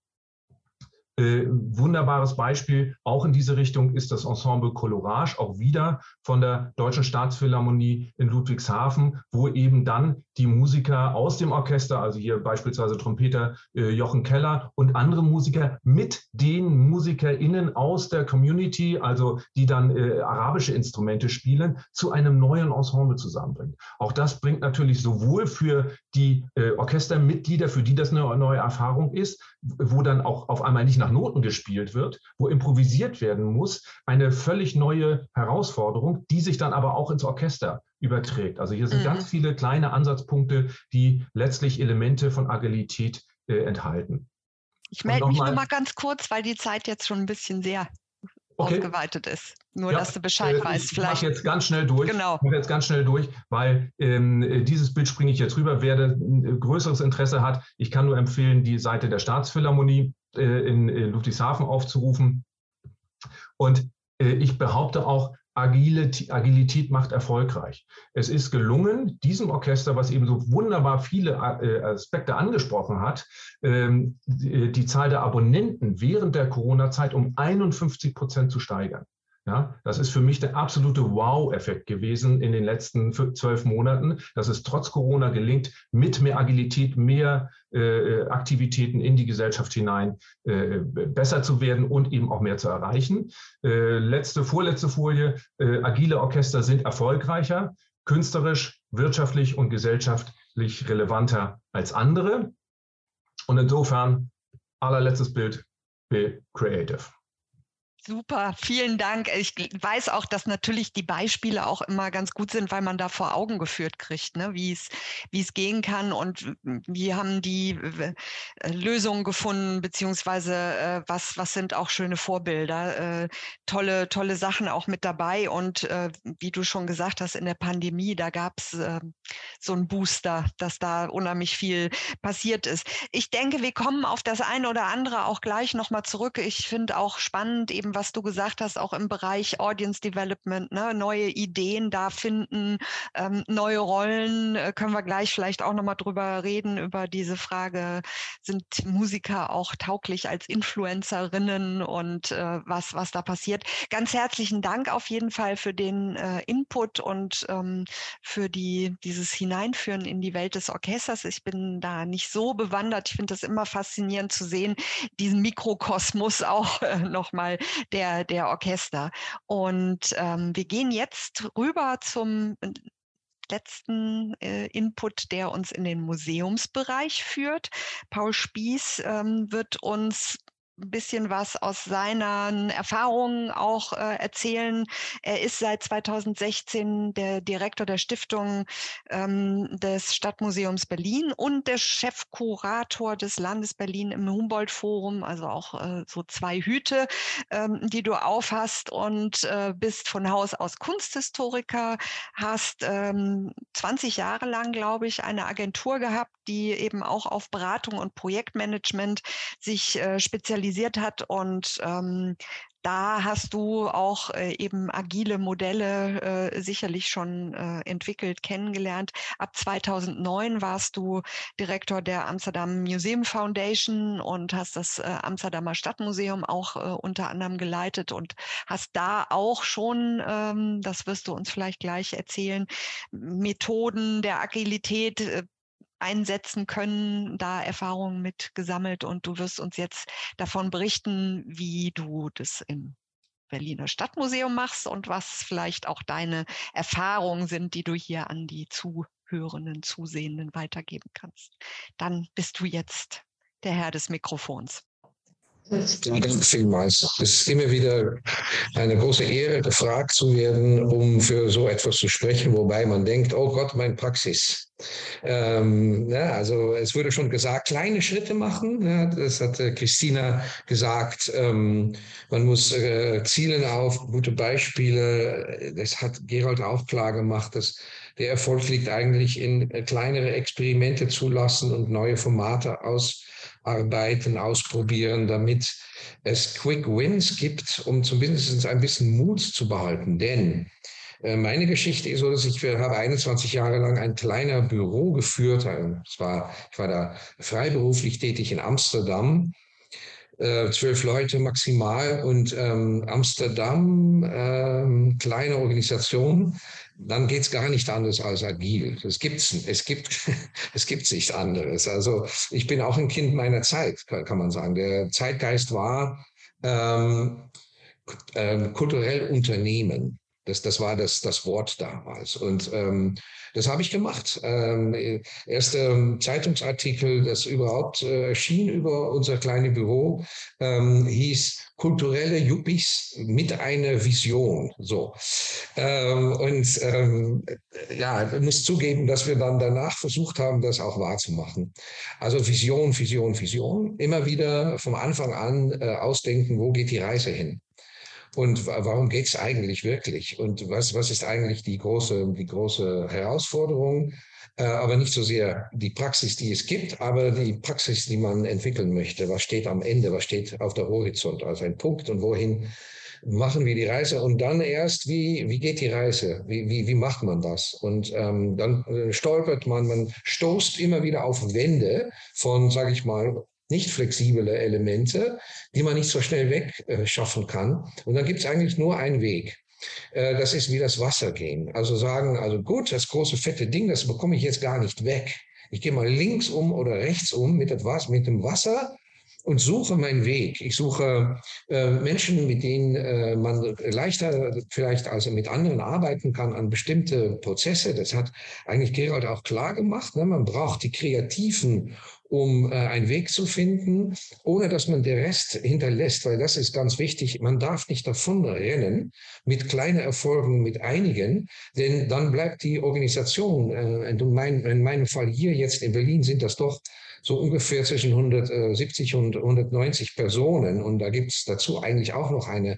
Wunderbares Beispiel auch in diese Richtung ist das Ensemble Colorage, auch wieder von der Deutschen Staatsphilharmonie in Ludwigshafen, wo eben dann die Musiker aus dem Orchester, also hier beispielsweise Trompeter Jochen Keller und andere Musiker mit den MusikerInnen aus der Community, also die dann arabische Instrumente spielen, zu einem neuen Ensemble zusammenbringt. Auch das bringt natürlich sowohl für die Orchestermitglieder, für die das eine neue Erfahrung ist, wo dann auch auf einmal nicht nach Noten gespielt wird, wo improvisiert werden muss, eine völlig neue Herausforderung, die sich dann aber auch ins Orchester überträgt. Also hier sind ganz viele kleine Ansatzpunkte, die letztlich Elemente von Agilität enthalten. Ich melde mich nur mal ganz kurz, weil die Zeit jetzt schon ein bisschen sehr ausgeweitet ist. Nur, dass du Bescheid weißt. Ich mache jetzt ganz schnell durch. Genau. Ich mache jetzt ganz schnell durch, weil dieses Bild springe ich jetzt rüber. Wer größeres Interesse hat, ich kann nur empfehlen, die Seite der Staatsphilharmonie in Ludwigshafen aufzurufen. Und ich behaupte auch, Agilität macht erfolgreich. Es ist gelungen, diesem Orchester, was eben so wunderbar viele Aspekte angesprochen hat, die Zahl der Abonnenten während der Corona-Zeit um 51% zu steigern. Ja, das ist für mich der absolute Wow-Effekt gewesen in den letzten 12 Monaten, dass es trotz Corona gelingt, mit mehr Agilität, mehr Aktivitäten in die Gesellschaft hinein besser zu werden und eben auch mehr zu erreichen. Vorletzte Folie. Agile Orchester sind erfolgreicher, künstlerisch, wirtschaftlich und gesellschaftlich relevanter als andere. Und insofern, allerletztes Bild, be creative. Super, vielen Dank. Ich weiß auch, dass natürlich die Beispiele auch immer ganz gut sind, weil man da vor Augen geführt kriegt, ne? Wie es gehen kann und wie haben die Lösungen gefunden, beziehungsweise was sind auch schöne Vorbilder. Tolle Sachen auch mit dabei und wie du schon gesagt hast, in der Pandemie, da gab es so einen Booster, dass da unheimlich viel passiert ist. Ich denke, wir kommen auf das eine oder andere auch gleich nochmal zurück. Ich finde auch spannend, eben was du gesagt hast, auch im Bereich Audience Development, ne? Neue Ideen da finden, neue Rollen, können wir gleich vielleicht auch nochmal drüber reden, über diese Frage, sind Musiker auch tauglich als Influencerinnen und was da passiert. Ganz herzlichen Dank auf jeden Fall für den Input und für dieses Hineinführen in die Welt des Orchesters. Ich bin da nicht so bewandert. Ich finde das immer faszinierend zu sehen, diesen Mikrokosmos auch nochmal der Orchester. Und wir gehen jetzt rüber zum letzten Input, der uns in den Museumsbereich führt. Paul Spieß wird uns ein bisschen was aus seinen Erfahrungen auch erzählen. Er ist seit 2016 der Direktor der Stiftung des Stadtmuseums Berlin und der Chefkurator des Landes Berlin im Humboldt-Forum, also auch so 2 Hüte, die du aufhast, und bist von Haus aus Kunsthistoriker, hast 20 Jahre lang, glaube ich, eine Agentur gehabt, die eben auch auf Beratung und Projektmanagement sich spezialisiert hat, und da hast du auch eben agile Modelle sicherlich schon entwickelt, kennengelernt. Ab 2009 warst du Direktor der Amsterdam Museum Foundation und hast das Amsterdamer Stadtmuseum auch unter anderem geleitet und hast da auch schon, das wirst du uns vielleicht gleich erzählen, Methoden der Agilität einsetzen können, da Erfahrungen mit gesammelt, und du wirst uns jetzt davon berichten, wie du das im Berliner Stadtmuseum machst und was vielleicht auch deine Erfahrungen sind, die du hier an die Zuhörenden, Zusehenden weitergeben kannst. Dann bist du jetzt der Herr des Mikrofons. Ja, danke vielmals. Es ist immer wieder eine große Ehre, gefragt zu werden, um für so etwas zu sprechen, wobei man denkt, oh Gott, meine Praxis. Ja, also es wurde schon gesagt, kleine Schritte machen. Ja, das hat Christina gesagt. Man muss zielen auf gute Beispiele. Das hat Gerold auch klar gemacht, dass der Erfolg liegt eigentlich in kleinere Experimente zulassen und neue Formate ausarbeiten, ausprobieren, damit es Quick Wins gibt, um zumindest ein bisschen Mut zu behalten. Denn meine Geschichte ist so, dass ich habe 21 Jahre lang ein kleiner Büro geführt. Ich war da freiberuflich tätig in Amsterdam. 12 Leute maximal, und Amsterdam, kleine Organisation. Dann geht es gar nicht anders als agil. Es gibt nichts anderes. Also ich bin auch ein Kind meiner Zeit, kann man sagen. Der Zeitgeist war kulturell Unternehmen. Das war das Wort damals. Und das habe ich gemacht. Erster Zeitungsartikel, das überhaupt erschien über unser kleines Büro, hieß kulturelle Yuppies mit einer Vision. So. Ja, ich muss zugeben, dass wir dann danach versucht haben, das auch wahrzumachen. Also Vision, Vision, Vision. Immer wieder vom Anfang an ausdenken, wo geht die Reise hin? Und warum geht es eigentlich wirklich? Und was ist eigentlich die große Herausforderung? Aber nicht so sehr die Praxis, die es gibt, aber die Praxis, die man entwickeln möchte. Was steht am Ende? Was steht auf der Horizont? Also ein Punkt, und wohin machen wir die Reise? Und dann erst, wie geht die Reise? Wie macht man das? Und dann stolpert man stoßt immer wieder auf Wände von, sage ich mal, nicht flexible Elemente, die man nicht so schnell wegschaffen kann. Und dann gibt es eigentlich nur einen Weg. Das ist wie das Wasser gehen. Also sagen, also gut, das große fette Ding, das bekomme ich jetzt gar nicht weg. Ich gehe mal links um oder rechts um mit dem Wasser und suche meinen Weg. Ich suche Menschen, mit denen man leichter vielleicht also mit anderen arbeiten kann an bestimmte Prozesse. Das hat eigentlich Gerold auch klar gemacht. Ne? Man braucht die Kreativen, um einen Weg zu finden, ohne dass man den Rest hinterlässt, weil das ist ganz wichtig. Man darf nicht davon rennen mit kleinen Erfolgen, mit einigen, denn dann bleibt die Organisation. In meinem Fall hier jetzt in Berlin sind das doch so ungefähr zwischen 170 und 190 Personen. Und da gibt es dazu eigentlich auch noch eine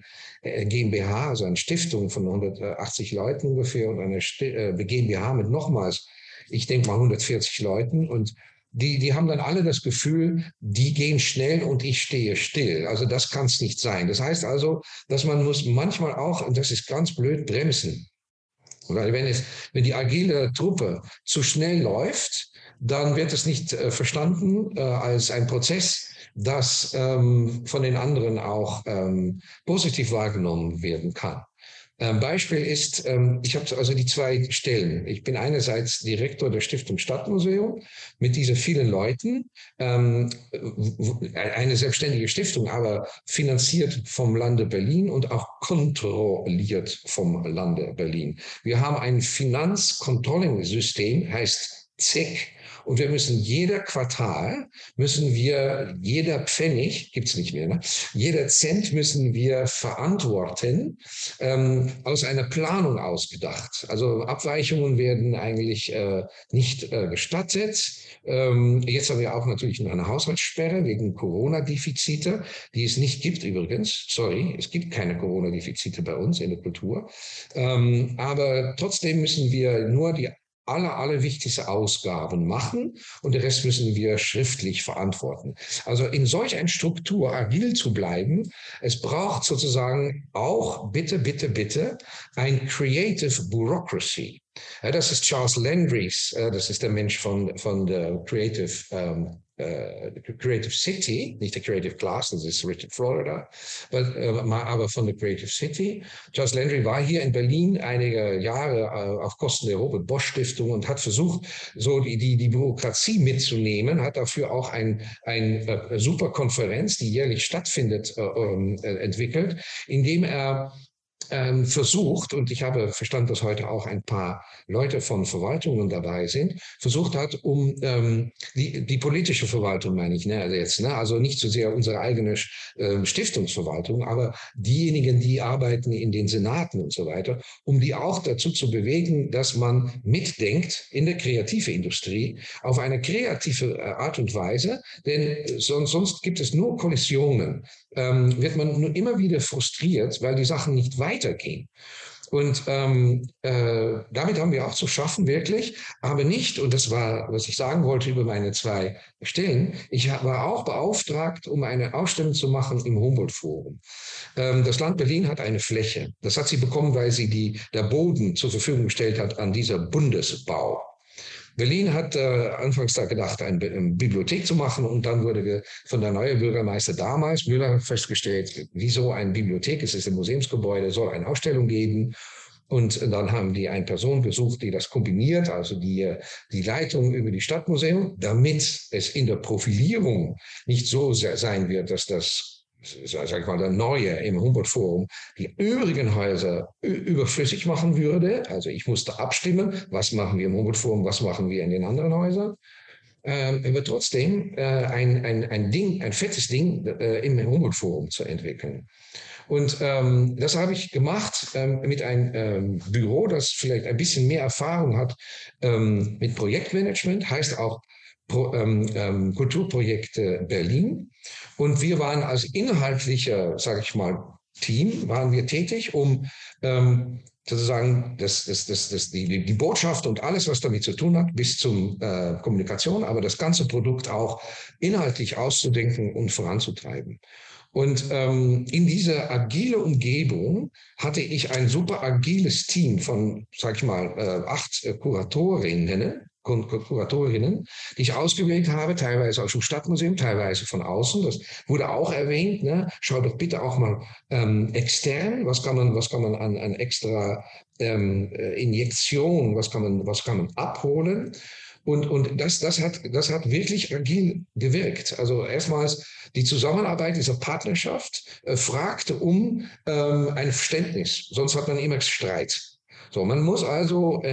GmbH, also eine Stiftung von 180 Leuten ungefähr, und eine GmbH mit nochmals, ich denke mal 140 Leuten. Und die haben dann alle das Gefühl, die gehen schnell und ich stehe still. Also das kann es nicht sein. Das heißt also, dass man muss manchmal auch, und das ist ganz blöd, bremsen. Weil wenn die agile Truppe zu schnell läuft, dann wird es nicht verstanden als ein Prozess, das von den anderen auch positiv wahrgenommen werden kann. Beispiel ist, ich habe also die 2 Stellen. Ich bin einerseits Direktor der Stiftung Stadtmuseum mit diesen vielen Leuten, eine selbstständige Stiftung, aber finanziert vom Lande Berlin und auch kontrolliert vom Lande Berlin. Wir haben ein Finanzcontrolling-System, heißt ZIC. Und wir müssen jeder Quartal, jeder Pfennig, gibt es nicht mehr, ne? Jeder Cent müssen wir verantworten, aus einer Planung ausgedacht. Also Abweichungen werden eigentlich nicht gestattet. Jetzt haben wir auch natürlich noch eine Haushaltssperre wegen Corona-Defizite, die es nicht gibt übrigens. Sorry, es gibt keine Corona-Defizite bei uns in der Kultur. Aber trotzdem müssen wir nur die allerwichtigste Ausgaben machen und den Rest müssen wir schriftlich verantworten. Also in solch einer Struktur agil zu bleiben, es braucht sozusagen auch bitte ein Creative Bureaucracy. Ja, das ist Charles Landry's, das ist der Mensch von der Creative City, nicht der Creative Class, das ist Richard Florida, aber von der Creative City. Charles Landry war hier in Berlin einige Jahre auf Kosten der Robert Bosch Stiftung und hat versucht, so die Bürokratie mitzunehmen, hat dafür auch eine super Konferenz, die jährlich stattfindet, entwickelt, indem er versucht, und ich habe verstanden, dass heute auch ein paar Leute von Verwaltungen dabei sind, versucht hat, um die politische Verwaltung, meine ich, ne, jetzt, ne, also nicht so sehr unsere eigene Stiftungsverwaltung, aber diejenigen, die arbeiten in den Senaten und so weiter, um die auch dazu zu bewegen, dass man mitdenkt in der kreativen Industrie auf eine kreative Art und Weise, denn sonst gibt es nur Kollisionen. Wird man nur immer wieder frustriert, weil die Sachen nicht weitergehen. Und damit haben wir auch zu schaffen, wirklich, aber nicht, und das war, was ich sagen wollte über meine 2 Stellen, ich war auch beauftragt, um eine Ausstellung zu machen im Humboldt-Forum. Das Land Berlin hat eine Fläche. Das hat sie bekommen, weil sie der Boden zur Verfügung gestellt hat an dieser Bundesbau. Berlin hat anfangs da gedacht, eine Bibliothek zu machen und dann wurde von der neuen Bürgermeister damals, Müller, festgestellt, wieso eine Bibliothek, es ist ein Museumsgebäude, soll eine Ausstellung geben. Und dann haben die eine Person gesucht, die das kombiniert, also die Leitung über die Stadtmuseum, damit es in der Profilierung nicht so sein wird, dass das, sag ich mal, der Neue im Humboldt-Forum die übrigen Häuser überflüssig machen würde. Also ich musste abstimmen, was machen wir im Humboldt-Forum, was machen wir in den anderen Häusern. Aber trotzdem ein fettes Ding im Humboldt-Forum zu entwickeln. Und das habe ich gemacht mit einem Büro, das vielleicht ein bisschen mehr Erfahrung hat mit Projektmanagement, heißt auch Kulturprojekte Berlin. Und wir waren als inhaltlicher, sage ich mal, Team, waren wir tätig, um sozusagen die Botschaft und alles, was damit zu tun hat, bis zur Kommunikation, aber das ganze Produkt auch inhaltlich auszudenken und voranzutreiben. Und in dieser agile Umgebung hatte ich ein super agiles Team von, sag ich mal, 8 Kuratorinnen, die ich ausgewählt habe, teilweise aus dem Stadtmuseum, teilweise von außen. Das wurde auch erwähnt. Ne? Schau doch bitte auch mal extern, was kann man an extra Injektion, was kann man abholen. Und das hat wirklich agil gewirkt. Also erstmals die Zusammenarbeit dieser Partnerschaft fragte um ein Verständnis. Sonst hat man immer Streit. So, man muss also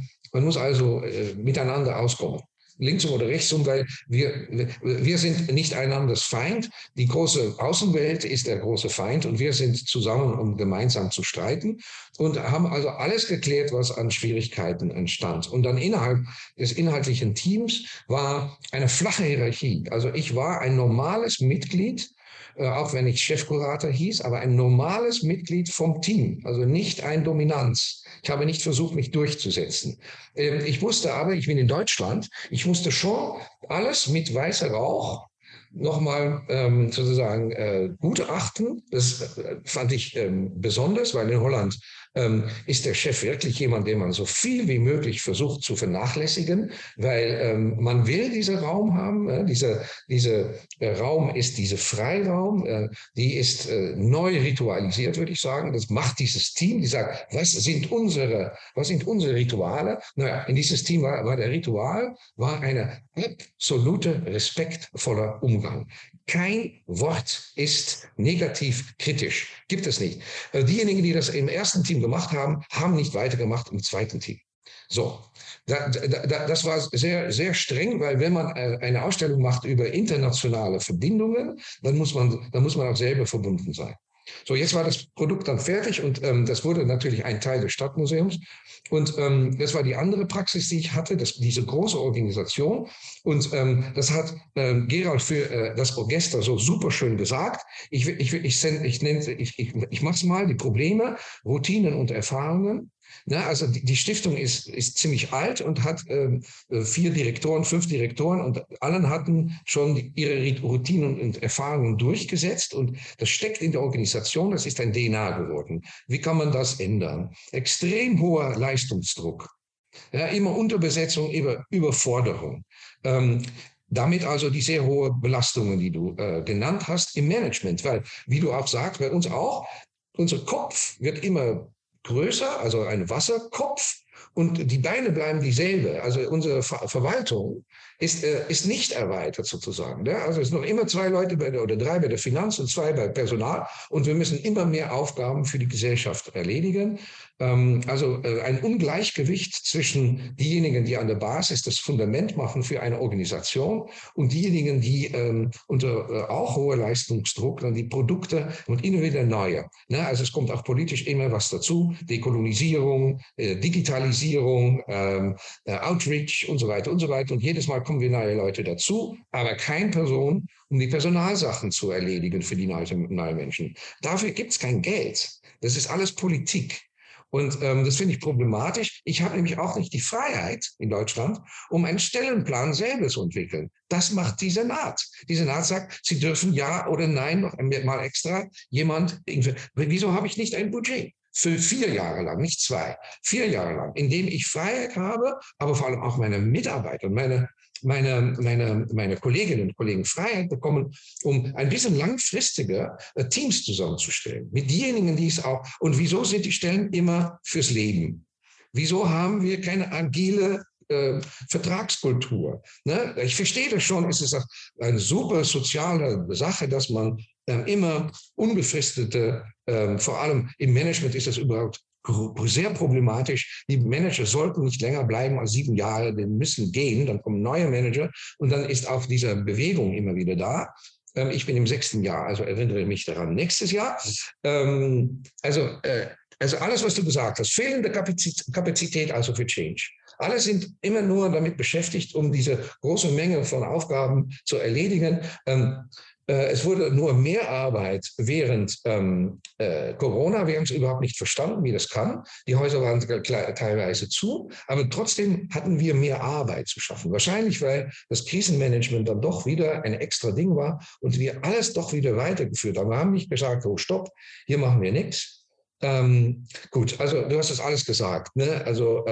miteinander auskommen. Linksum oder rechtsum, weil wir sind nicht einanders Feind. Die große Außenwelt ist der große Feind und wir sind zusammen, um gemeinsam zu streiten und haben also alles geklärt, was an Schwierigkeiten entstand. Und dann innerhalb des inhaltlichen Teams war eine flache Hierarchie. Also ich war ein normales Mitglied, auch wenn ich Chefkurator hieß, aber ein normales Mitglied vom Team, also nicht ein Dominanz. Ich habe nicht versucht, mich durchzusetzen. Ich musste aber, ich bin in Deutschland, ich musste schon alles mit weißer Rauch nochmal sozusagen gutachten. Das fand ich besonders, weil in Holland ist der Chef wirklich jemand, den man so viel wie möglich versucht zu vernachlässigen, weil man will diesen Raum haben. Dieser Raum ist dieser Freiraum, die ist neu ritualisiert, würde ich sagen. Das macht dieses Team, die sagt, was sind unsere Rituale? Naja, in dieses Team war der Ritual, war eine absolute respektvoller Umgang. Kein Wort ist negativ kritisch. Gibt es nicht. Diejenigen, die das im ersten Team gemacht haben, haben nicht weitergemacht im zweiten Team. So, das war sehr, sehr streng, weil wenn man eine Ausstellung macht über internationale Verbindungen, dann muss man auch selber verbunden sein. So, jetzt war das Produkt dann fertig und das wurde natürlich ein Teil des Stadtmuseums. Und das war die andere Praxis, die ich hatte, diese große Organisation. Und das hat Gerald für das Orchester so super schön gesagt. Ich mache es mal, die Probleme, Routinen und Erfahrungen. Na, also die Stiftung ist ziemlich alt und hat 5 Direktoren und allen hatten schon ihre Routinen und Erfahrungen durchgesetzt und das steckt in der Organisation, das ist ein DNA geworden. Wie kann man das ändern? Extrem hoher Leistungsdruck, ja, immer Unterbesetzung, Überforderung. Damit also die sehr hohe Belastungen, die du genannt hast im Management, weil, wie du auch sagst, bei uns auch, unser Kopf wird immer größer, also ein Wasserkopf, und die Beine bleiben dieselbe. Also unsere Verwaltung ist nicht erweitert sozusagen. Ja? Also es sind noch immer 2 Leute oder 3 bei der Finanz und 2 bei Personal und wir müssen immer mehr Aufgaben für die Gesellschaft erledigen. Also ein Ungleichgewicht zwischen diejenigen, die an der Basis das Fundament machen für eine Organisation und diejenigen, die unter auch hoher Leistungsdruck dann die Produkte und immer wieder neue. Ne? Also es kommt auch politisch immer was dazu, Dekolonisierung, Digitalisierung, Outreach und so weiter und so weiter. Und jedes Mal kommen wir neue Leute dazu, aber keine Person, um die Personalsachen zu erledigen für die neuen Menschen. Dafür gibt es kein Geld. Das ist alles Politik. Und das finde ich problematisch. Ich habe nämlich auch nicht die Freiheit in Deutschland, um einen Stellenplan selber zu entwickeln. Das macht die Senat. Die Senat sagt, sie dürfen ja oder nein noch mal extra jemand. Wieso habe ich nicht ein Budget? Für 4 Jahre lang, nicht 2, 4 Jahre lang, in dem ich Freiheit habe, aber vor allem auch meine Mitarbeiter und meine Kolleginnen und Kollegen Freiheit bekommen, um ein bisschen langfristiger Teams zusammenzustellen. Mit diejenigen, die es auch, und wieso sind die Stellen immer fürs Leben? Wieso haben wir keine agile Vertragskultur? Ne? Ich verstehe das schon, es ist eine super soziale Sache, dass man immer unbefristete, vor allem im Management ist das überhaupt sehr problematisch. Die Manager sollten nicht länger bleiben als 7 Jahre, die müssen gehen, dann kommen neue Manager und dann ist auch diese Bewegung immer wieder da. Ich bin im 6. Jahr, also erinnere mich daran, nächstes Jahr. Also alles, was du gesagt hast, fehlende Kapazität also für Change. Alle sind immer nur damit beschäftigt, um diese große Menge von Aufgaben zu erledigen. Es wurde nur mehr Arbeit während Corona. Wir haben es überhaupt nicht verstanden, wie das kann. Die Häuser waren teilweise zu, aber trotzdem hatten wir mehr Arbeit zu schaffen. Wahrscheinlich, weil das Krisenmanagement dann doch wieder ein extra Ding war und wir alles doch wieder weitergeführt haben. Wir haben nicht gesagt, oh stopp, hier machen wir nichts. Gut, also du hast das alles gesagt. Ne? Also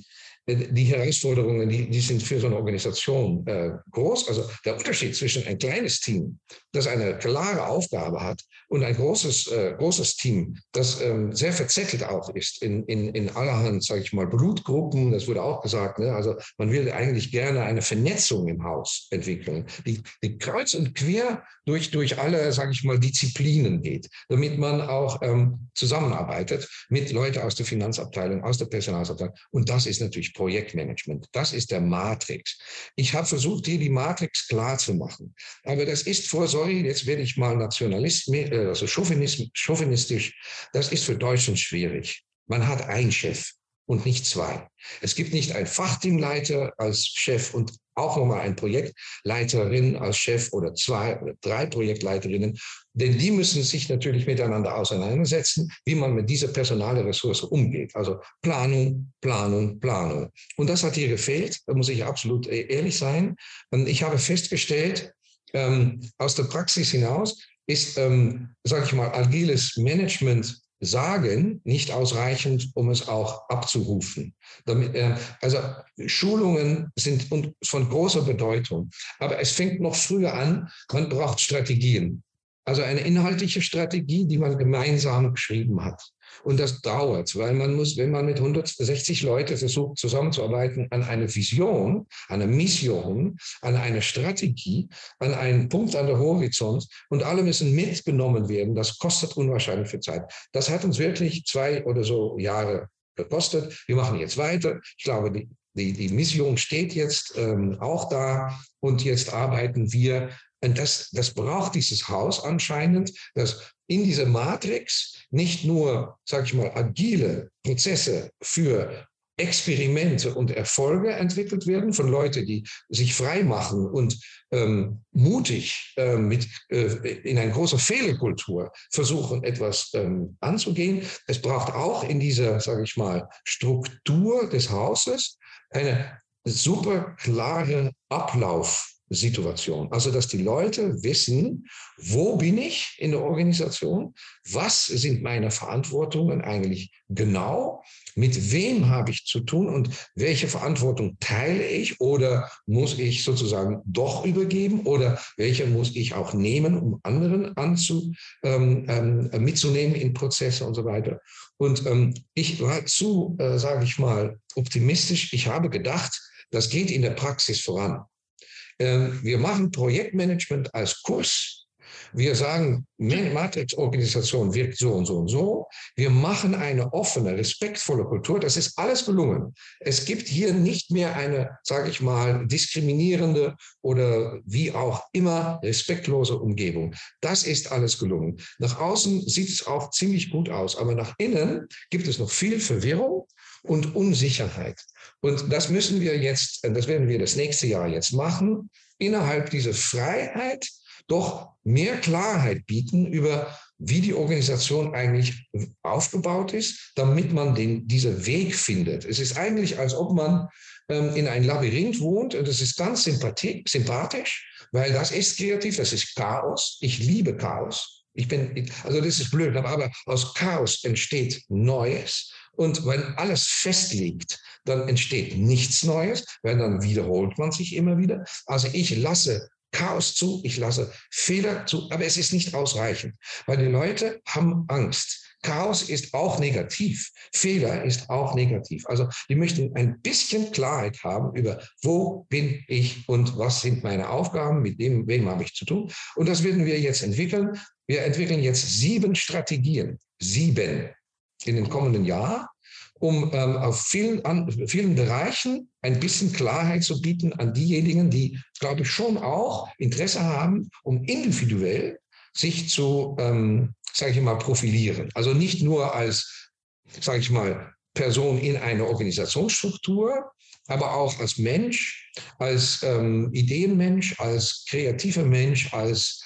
die Herausforderungen, die sind für so eine Organisation groß. Also der Unterschied zwischen ein kleines Team, das eine klare Aufgabe hat, und ein großes Team, das sehr verzettelt auch ist in allerhand, sage ich mal, Blutgruppen, das wurde auch gesagt. Ne? Also man will eigentlich gerne eine Vernetzung im Haus entwickeln, die kreuz und quer durch alle, sage ich mal, Disziplinen geht, damit man auch zusammenarbeitet mit Leuten aus der Finanzabteilung, aus der Personalabteilung. Und das ist natürlich Projektmanagement. Das ist der Matrix. Ich habe versucht, hier die Matrix klar zu machen. Aber das ist jetzt werde ich mal also chauvinistisch. Das ist für Deutschland schwierig. Man hat einen Chef und nicht 2. Es gibt nicht einen Fachteamleiter als Chef und auch nochmal eine Projektleiterin als Chef oder 2 oder 3 Projektleiterinnen, denn die müssen sich natürlich miteinander auseinandersetzen, wie man mit dieser personalen Ressource umgeht. Also Planung, Planung, Planung. Und das hat hier gefehlt, da muss ich absolut ehrlich sein. Und ich habe festgestellt, aus der Praxis hinaus ist, sage ich mal, agiles Management sagen nicht ausreichend, um es auch abzurufen. Also Schulungen sind von großer Bedeutung, aber es fängt noch früher an, man braucht Strategien. Also eine inhaltliche Strategie, die man gemeinsam geschrieben hat. Und das dauert, weil man muss, wenn man mit 160 Leuten versucht zusammenzuarbeiten an einer Vision, an einer Mission, an einer Strategie, an einen Punkt an der Horizont und alle müssen mitgenommen werden, das kostet unwahrscheinlich viel Zeit. Das hat uns wirklich 2 oder so Jahre gekostet. Wir machen jetzt weiter. Ich glaube, die Mission steht jetzt auch da und jetzt arbeiten wir. Und das braucht dieses Haus anscheinend, dass in dieser Matrix nicht nur, sage ich mal, agile Prozesse für Experimente und Erfolge entwickelt werden von Leuten, die sich frei machen und mutig in eine große Fehlerkultur versuchen, etwas anzugehen. Es braucht auch in dieser, sage ich mal, Struktur des Hauses eine super klare Ablaufsituation. Also, dass die Leute wissen, wo bin ich in der Organisation, was sind meine Verantwortungen eigentlich genau, mit wem habe ich zu tun und welche Verantwortung teile ich oder muss ich sozusagen doch übergeben oder welche muss ich auch nehmen, um anderen mitzunehmen in Prozesse und so weiter. Und ich war sage ich mal, optimistisch. Ich habe gedacht, das geht in der Praxis voran. Wir machen Projektmanagement als Kurs. Wir sagen, Matrix-Organisation wirkt so und so und so. Wir machen eine offene, respektvolle Kultur. Das ist alles gelungen. Es gibt hier nicht mehr eine, sage ich mal, diskriminierende oder wie auch immer respektlose Umgebung. Das ist alles gelungen. Nach außen sieht es auch ziemlich gut aus, aber nach innen gibt es noch viel Verwirrung und Unsicherheit. Und das müssen wir jetzt, das werden wir das nächste Jahr jetzt machen, innerhalb dieser Freiheit doch mehr Klarheit bieten über, wie die Organisation eigentlich aufgebaut ist, damit man diesen Weg findet. Es ist eigentlich, als ob man in ein Labyrinth wohnt und es ist ganz sympathisch, weil das ist kreativ, das ist Chaos. Ich liebe Chaos. Also das ist blöd, aber aus Chaos entsteht Neues. Und wenn alles festliegt, dann entsteht nichts Neues, weil dann wiederholt man sich immer wieder. Also ich lasse Chaos zu, ich lasse Fehler zu, aber es ist nicht ausreichend, weil die Leute haben Angst. Chaos ist auch negativ, Fehler ist auch negativ. Also die möchten ein bisschen Klarheit haben über, wo bin ich und was sind meine Aufgaben, mit wem habe ich zu tun. Und das werden wir jetzt entwickeln. Wir entwickeln jetzt 7 Strategien, 7 in den kommenden Jahren, um auf vielen Bereichen ein bisschen Klarheit zu bieten an diejenigen, die, glaube ich, schon auch Interesse haben, um individuell sich zu, sage ich mal, profilieren. Also nicht nur als, sage ich mal, Person in einer Organisationsstruktur, aber auch als Mensch, als Ideenmensch, als kreativer Mensch, als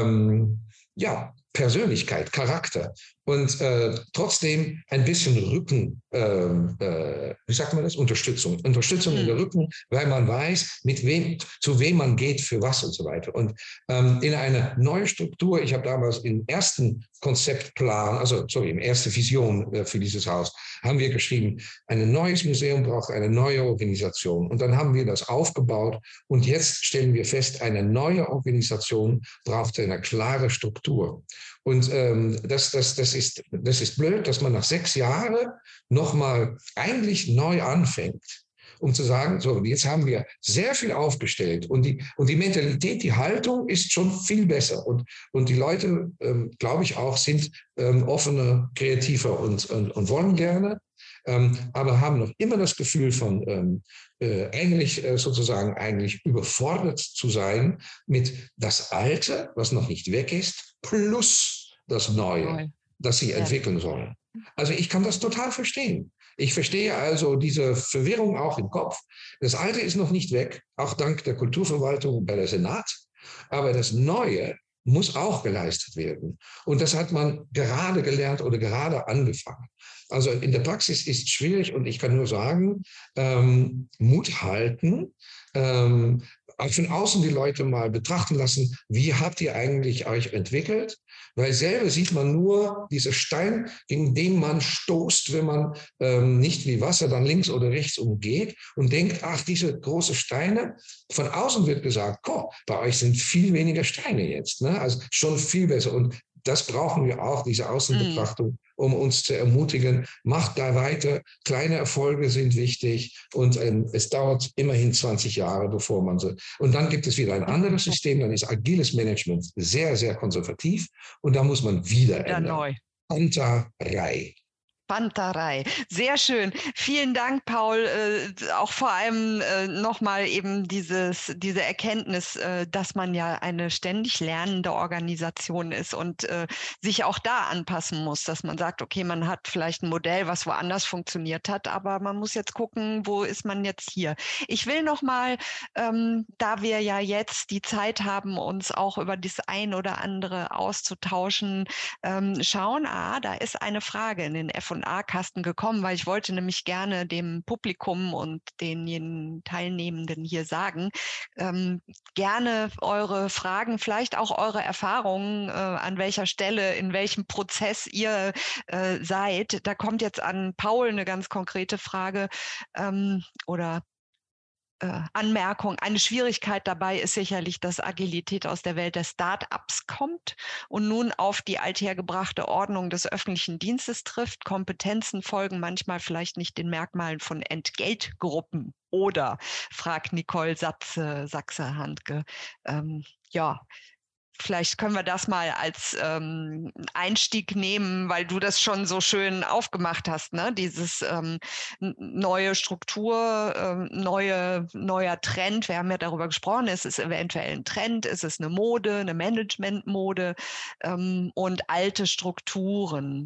Persönlichkeit, Charakter und trotzdem ein bisschen Rücken, wie sagt man das? Unterstützung in der Rücken, weil man weiß, zu wem man geht, für was und so weiter. Und in eine neue Struktur, ich habe damals im ersten Konzeptplan, im erste Vision für dieses Haus, haben wir geschrieben, ein neues Museum braucht eine neue Organisation. Und dann haben wir das aufgebaut und jetzt stellen wir fest, eine neue Organisation braucht eine klare Struktur. Und das ist blöd, dass man nach 6 Jahren nochmal eigentlich neu anfängt, um zu sagen, so, jetzt haben wir sehr viel aufgestellt und die Mentalität, die Haltung ist schon viel besser. Und die Leute, glaube ich auch, sind offener, kreativer und wollen gerne, aber haben noch immer das Gefühl von eigentlich überfordert zu sein mit das Alte, was noch nicht weg ist, plus das Neue, das sie entwickeln sollen. Also ich kann das total verstehen. Ich verstehe also diese Verwirrung auch im Kopf. Das Alte ist noch nicht weg, auch dank der Kulturverwaltung bei der Senat, aber das Neue muss auch geleistet werden. Und das hat man gerade gelernt oder gerade angefangen. Also in der Praxis ist es schwierig und ich kann nur sagen, Mut halten, auch von außen die Leute mal betrachten lassen, wie habt ihr eigentlich euch entwickelt? Weil selber sieht man nur diese Stein, gegen den man stoßt, wenn man nicht wie Wasser dann links oder rechts umgeht und denkt, ach, diese großen Steine. Von außen wird gesagt, bei euch sind viel weniger Steine jetzt, ne? Also schon viel besser. Und das brauchen wir auch, diese Außenbetrachtung, um uns zu ermutigen, macht da weiter, kleine Erfolge sind wichtig und es dauert immerhin 20 Jahre, bevor man so. Und dann gibt es wieder ein anderes System, dann ist agiles Management sehr, sehr konservativ und da muss man wieder ändern. Neu. Antarei. Panterei. Sehr schön. Vielen Dank, Paul. Auch vor allem nochmal eben diese Erkenntnis, dass man ja eine ständig lernende Organisation ist und sich auch da anpassen muss, dass man sagt, okay, man hat vielleicht ein Modell, was woanders funktioniert hat, aber man muss jetzt gucken, wo ist man jetzt hier. Ich will nochmal, da wir ja jetzt die Zeit haben, uns auch über das ein oder andere auszutauschen, schauen, da ist eine Frage in den F&A-Kasten gekommen, weil ich wollte nämlich gerne dem Publikum und denjenigen Teilnehmenden hier sagen, gerne eure Fragen, vielleicht auch eure Erfahrungen, an welcher Stelle, in welchem Prozess ihr seid. Da kommt jetzt an Paul eine ganz konkrete Frage oder Anmerkung. Eine Schwierigkeit dabei ist sicherlich, dass Agilität aus der Welt der Start-ups kommt und nun auf die althergebrachte Ordnung des öffentlichen Dienstes trifft. Kompetenzen folgen manchmal vielleicht nicht den Merkmalen von Entgeltgruppen. Oder, fragt Nicole Sachse-Handke, vielleicht können wir das mal als Einstieg nehmen, weil du das schon so schön aufgemacht hast, ne? Dieses neue Struktur, neuer Trend. Wir haben ja darüber gesprochen, ist es eventuell ein Trend, ist es eine Mode, eine Managementmode und alte Strukturen.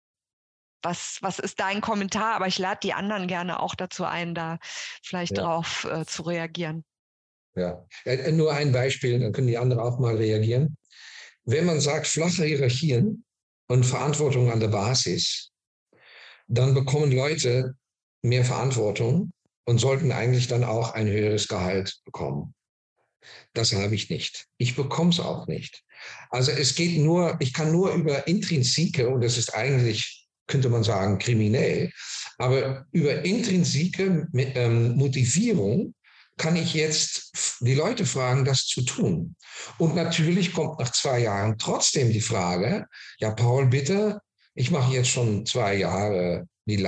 Was ist dein Kommentar? Aber ich lade die anderen gerne auch dazu ein, da vielleicht drauf zu reagieren. Ja, nur ein Beispiel, dann können die anderen auch mal reagieren. Wenn man sagt, flache Hierarchien und Verantwortung an der Basis, dann bekommen Leute mehr Verantwortung und sollten eigentlich dann auch ein höheres Gehalt bekommen. Das habe ich nicht. Ich bekomme es auch nicht. Also ich kann nur über Intrinsike, und das ist eigentlich, könnte man sagen, kriminell, aber über intrinsike Motivierung kann ich jetzt die Leute fragen, das zu tun. Und natürlich kommt nach 2 Jahren trotzdem die Frage, ja, Paul, bitte, ich mache jetzt schon 2 Jahre die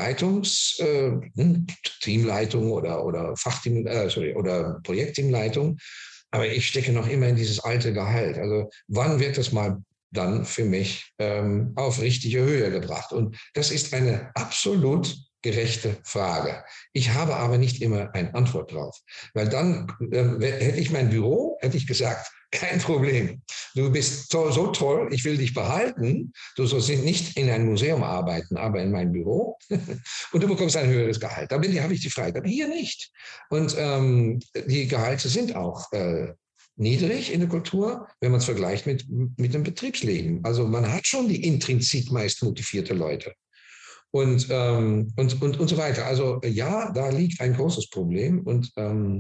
Teamleitung oder Fachteam, oder Projektteamleitung, aber ich stecke noch immer in dieses alte Gehalt. Also wann wird das mal dann für mich auf richtige Höhe gebracht? Und das ist eine absolut gerechte Frage. Ich habe aber nicht immer eine Antwort drauf, weil dann hätte ich mein Büro, hätte ich gesagt, kein Problem. Du bist so toll, ich will dich behalten. Du sollst nicht in ein Museum arbeiten, aber in mein Büro und du bekommst ein höheres Gehalt. Da habe ich die Freiheit, aber hier nicht. Und die Gehalte sind auch niedrig in der Kultur, wenn man es vergleicht mit dem Betriebsleben. Also man hat schon die intrinsisch meist motivierte Leute. Und so weiter. Also ja, da liegt ein großes Problem. Und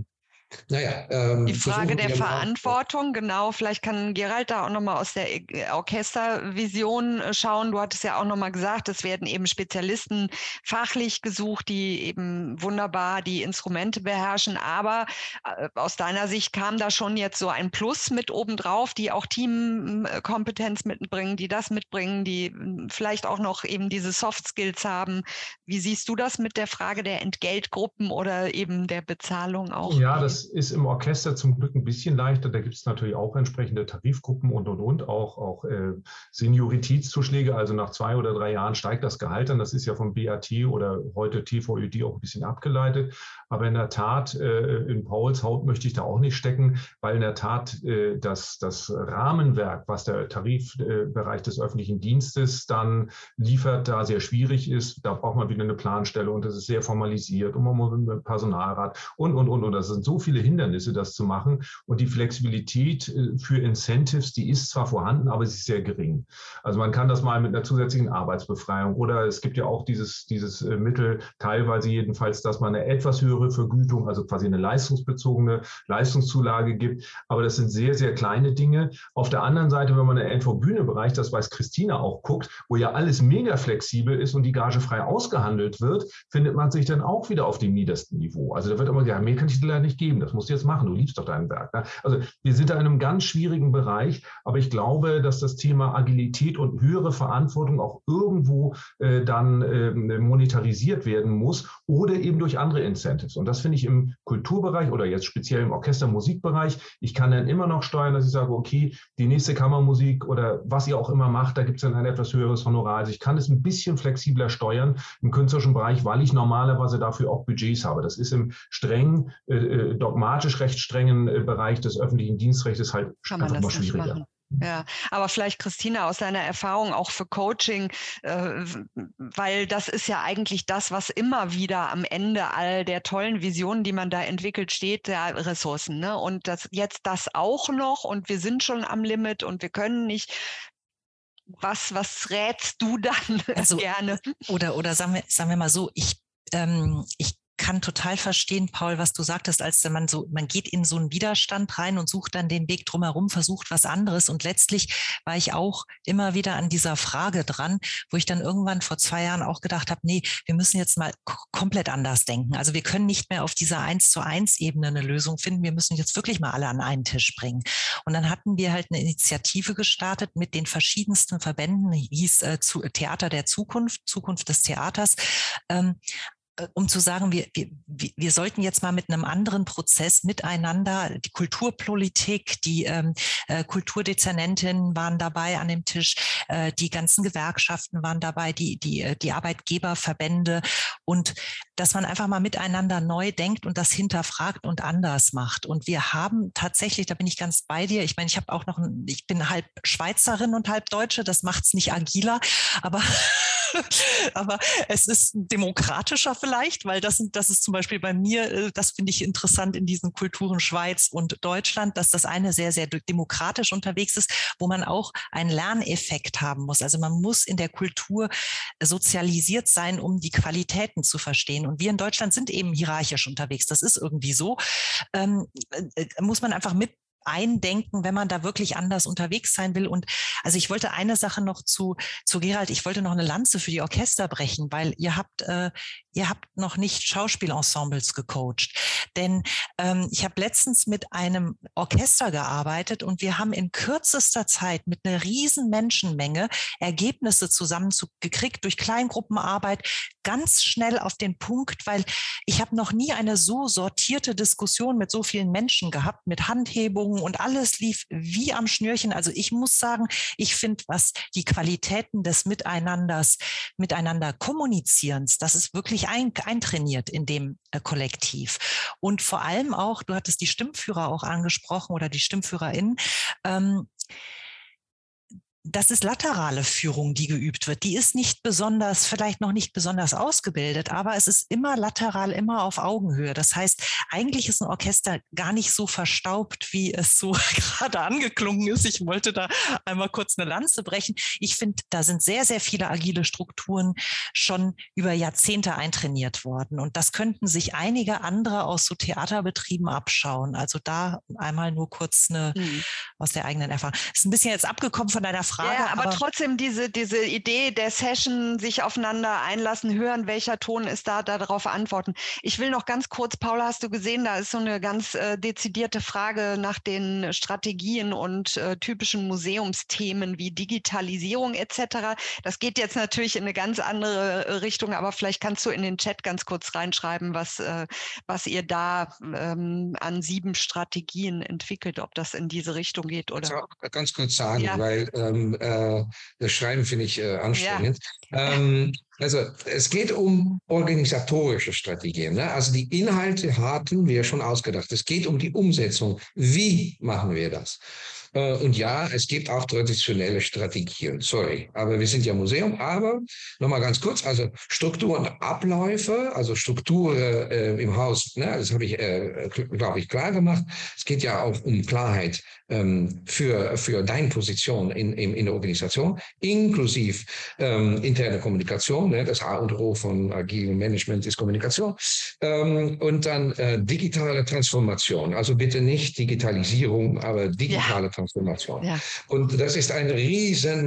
die Frage der Verantwortung, genau, vielleicht kann Gerald da auch nochmal aus der Orchestervision schauen. Du hattest ja auch nochmal gesagt, es werden eben Spezialisten fachlich gesucht, die eben wunderbar die Instrumente beherrschen. Aber aus deiner Sicht kam da schon jetzt so ein Plus mit obendrauf, die auch Teamkompetenz mitbringen, die das mitbringen, die vielleicht auch noch eben diese Soft Skills haben. Wie siehst du das mit der Frage der Entgeltgruppen oder eben der Bezahlung auch? Ja, das ist im Orchester zum Glück ein bisschen leichter. Da gibt es natürlich auch entsprechende Tarifgruppen und auch Senioritätszuschläge. Also nach 2 oder 3 Jahren steigt das Gehalt dann. Das ist ja vom BAT oder heute TVÖD auch ein bisschen abgeleitet. Aber in der Tat, in Pauls Haut möchte ich da auch nicht stecken, weil in der Tat das Rahmenwerk, was der Tarifbereich des öffentlichen Dienstes dann liefert, da sehr schwierig ist. Da braucht man wieder eine Planstelle und das ist sehr formalisiert und man muss einen Personalrat und. Das sind so viele Hindernisse, das zu machen. Und die Flexibilität für Incentives, die ist zwar vorhanden, aber sie ist sehr gering. Also man kann das mal mit einer zusätzlichen Arbeitsbefreiung oder es gibt ja auch dieses Mittel, teilweise jedenfalls, dass man eine etwas höhere Vergütung, also quasi eine leistungsbezogene Leistungszulage gibt. Aber das sind sehr, sehr kleine Dinge. Auf der anderen Seite, wenn man in den NV-Bühne-Bereich, das weiß Christina auch, guckt, wo ja alles mega flexibel ist und die Gage frei ausgehandelt wird, findet man sich dann auch wieder auf dem niedersten Niveau. Also da wird immer gesagt, mehr kann ich dir leider nicht geben. zwingen, das musst du jetzt machen, du liebst doch dein Werk. Ne? Also wir sind da in einem ganz schwierigen Bereich, aber ich glaube, dass das Thema Agilität und höhere Verantwortung auch irgendwo dann monetarisiert werden muss oder eben durch andere Incentives. Und das finde ich im Kulturbereich oder jetzt speziell im Orchester-Musikbereich, ich kann dann immer noch steuern, dass ich sage, okay, die nächste Kammermusik oder was ihr auch immer macht, da gibt es dann ein etwas höheres Honorar. Also ich kann es ein bisschen flexibler steuern im künstlerischen Bereich, weil ich normalerweise dafür auch Budgets habe. Das ist im strengen, dogmatisch recht strengen Bereich des öffentlichen Dienstrechts halt einfach mal schwieriger. Ja, aber vielleicht, Christina, aus deiner Erfahrung auch für Coaching, weil das ist ja eigentlich das, was immer wieder am Ende all der tollen Visionen, die man da entwickelt, steht, der Ressourcen. Ne? Und jetzt das auch noch und wir sind schon am Limit und wir können nicht. Was rätst du dann gerne? Oder sagen wir mal so, ich kann total verstehen, Paul, was du sagtest, als man geht in so einen Widerstand rein und sucht dann den Weg drumherum, versucht was anderes. Und letztlich war ich auch immer wieder an dieser Frage dran, wo ich dann irgendwann vor 2 Jahren auch gedacht habe, nee, wir müssen jetzt mal komplett anders denken. Also wir können nicht mehr auf dieser 1:1-Ebene eine Lösung finden. Wir müssen jetzt wirklich mal alle an einen Tisch bringen. Und dann hatten wir halt eine Initiative gestartet mit den verschiedensten Verbänden, hieß Theater der Zukunft des Theaters, um zu sagen, wir sollten jetzt mal mit einem anderen Prozess miteinander, die Kulturpolitik, die Kulturdezernentinnen waren dabei an dem Tisch, die ganzen Gewerkschaften waren dabei, die Arbeitgeberverbände, und dass man einfach mal miteinander neu denkt und das hinterfragt und anders macht. Und wir haben tatsächlich, da bin ich ganz bei dir, ich meine, ich bin halb Schweizerin und halb Deutsche, das macht es nicht agiler, aber es ist demokratischer vielleicht, weil das ist zum Beispiel bei mir, das finde ich interessant in diesen Kulturen Schweiz und Deutschland, dass das eine sehr, sehr demokratisch unterwegs ist, wo man auch einen Lerneffekt haben muss. Also man muss in der Kultur sozialisiert sein, um die Qualitäten zu verstehen. Und wir in Deutschland sind eben hierarchisch unterwegs. Das ist irgendwie so. Muss man einfach mit eindenken, wenn man da wirklich anders unterwegs sein will. Und also ich wollte eine Sache noch zu Gerald, ich wollte noch eine Lanze für die Orchester brechen, weil ihr habt noch nicht Schauspielensembles gecoacht. Denn ich habe letztens mit einem Orchester gearbeitet und wir haben in kürzester Zeit mit einer riesen Menschenmenge Ergebnisse zusammengekriegt durch Kleingruppenarbeit, ganz schnell auf den Punkt, weil ich habe noch nie eine so sortierte Diskussion mit so vielen Menschen gehabt, mit Handhebungen, und alles lief wie am Schnürchen. Also ich muss sagen, ich finde, was die Qualitäten des miteinander Kommunizierens, das ist wirklich eintrainiert in dem Kollektiv. Und vor allem auch, du hattest die Stimmführer auch angesprochen oder die StimmführerInnen, das ist laterale Führung, die geübt wird. Die ist vielleicht noch nicht besonders ausgebildet, aber es ist immer lateral, immer auf Augenhöhe. Das heißt, eigentlich ist ein Orchester gar nicht so verstaubt, wie es so gerade angeklungen ist. Ich wollte da einmal kurz eine Lanze brechen. Ich finde, da sind sehr, sehr viele agile Strukturen schon über Jahrzehnte eintrainiert worden. Und das könnten sich einige andere aus so Theaterbetrieben abschauen. Also da einmal nur kurz aus der eigenen Erfahrung. Ist ein bisschen jetzt abgekommen von deiner Frage. Ja, aber trotzdem diese Idee der Session, sich aufeinander einlassen, hören, welcher Ton ist da, darauf antworten. Ich will noch ganz kurz, Paula, hast du gesehen, da ist so eine ganz dezidierte Frage nach den Strategien und typischen Museumsthemen wie Digitalisierung etc. Das geht jetzt natürlich in eine ganz andere Richtung, aber vielleicht kannst du in den Chat ganz kurz reinschreiben, was ihr da an 7 Strategien entwickelt, ob das in diese Richtung geht oder. Ich muss auch ganz kurz sagen, Ja. weil das Schreiben finde ich anstrengend. Ja. Also es geht um organisatorische Strategien. Ne? Also die Inhalte hatten wir schon ausgedacht. Es geht um die Umsetzung. Wie machen wir das? Und ja, es gibt auch traditionelle Strategien, sorry, aber wir sind ja Museum. Aber nochmal ganz kurz, also Strukturen, Abläufe, also Strukturen im Haus, ne, das habe ich, glaube ich, klar gemacht. Es geht ja auch um Klarheit für deine Position in der Organisation, inklusive interne Kommunikation, ne, das A und O von agilem Management ist Kommunikation, und dann digitale Transformation, also bitte nicht Digitalisierung, aber digitale Transformation. Ja. Und das ist ein riesen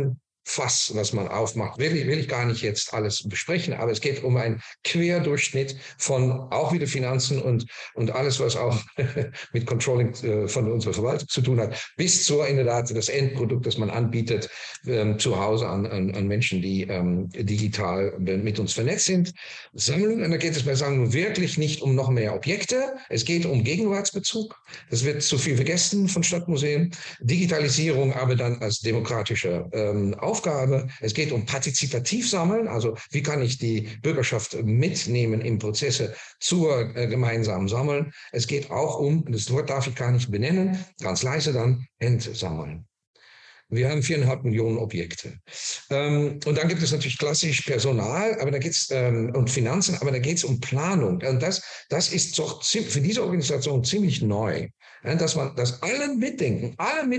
Fass, was man aufmacht, will ich gar nicht jetzt alles besprechen, aber es geht um einen Querdurchschnitt von auch wieder Finanzen und alles, was auch mit Controlling von unserer Verwaltung zu tun hat, bis zur in der Tat das Endprodukt, das man anbietet zu Hause an Menschen, die digital mit uns vernetzt sind. Sammlung, und da geht es bei Sammlung wirklich nicht um noch mehr Objekte, es geht um Gegenwartsbezug. Das wird zu viel vergessen von Stadtmuseen. Digitalisierung aber dann als demokratische Aufgabe. Es geht um partizipativ sammeln, also wie kann ich die Bürgerschaft mitnehmen in Prozesse zur gemeinsamen Sammeln. Es geht auch um, das Wort darf ich gar nicht benennen, ganz leise dann, Entsammeln. Wir haben 4,5 Millionen Objekte. Und dann gibt es natürlich klassisch Personal, aber da geht's und Finanzen, aber da geht es um Planung. Und das ist doch für diese Organisation ziemlich neu. Dass alle mitdenken,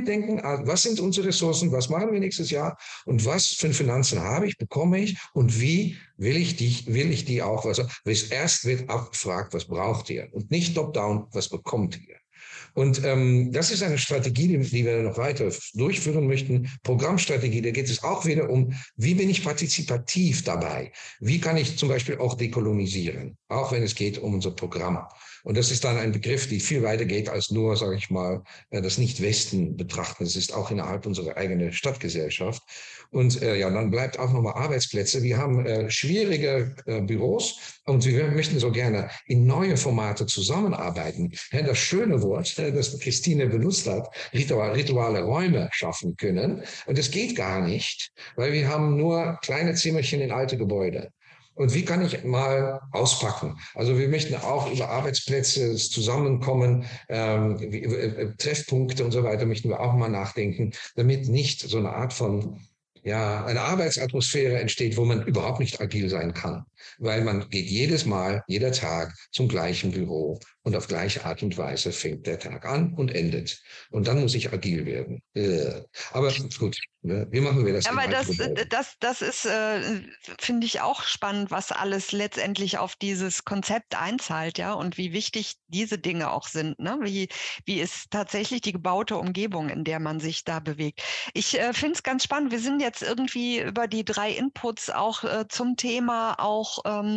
was sind unsere Ressourcen, was machen wir nächstes Jahr und was für Finanzen habe ich, bekomme ich und wie will ich die auch, also erst wird abgefragt, was braucht ihr und nicht top-down, was bekommt ihr. Und das ist eine Strategie, die wir noch weiter durchführen möchten. Programmstrategie, da geht es auch wieder um, wie bin ich partizipativ dabei? Wie kann ich zum Beispiel auch dekolonisieren, auch wenn es geht um unser Programm. Und das ist dann ein Begriff, der viel weiter geht als nur, sage ich mal, das Nicht-Westen betrachten. Es ist auch innerhalb unserer eigenen Stadtgesellschaft. Und dann bleibt auch nochmal Arbeitsplätze. Wir haben schwierige Büros und wir möchten so gerne in neue Formate zusammenarbeiten. Das schöne Wort, das Christine benutzt hat, rituale Räume schaffen können. Und das geht gar nicht, weil wir haben nur kleine Zimmerchen in alte Gebäude. Und wie kann ich mal auspacken? Also wir möchten auch über Arbeitsplätze, das Zusammenkommen, Treffpunkte und so weiter, möchten wir auch mal nachdenken, damit nicht so eine Art von eine Arbeitsatmosphäre entsteht, wo man überhaupt nicht agil sein kann. Weil man geht jedes Mal, jeder Tag zum gleichen Büro und auf gleiche Art und Weise fängt der Tag an und endet. Und dann muss ich agil werden. Aber gut, wie machen wir das? Aber das ist, finde ich, auch spannend, was alles letztendlich auf dieses Konzept einzahlt, ja, und wie wichtig diese Dinge auch sind, ne? Wie ist tatsächlich die gebaute Umgebung, in der man sich da bewegt. Ich finde es ganz spannend. Wir sind jetzt irgendwie über die 3 Inputs auch zum Thema auch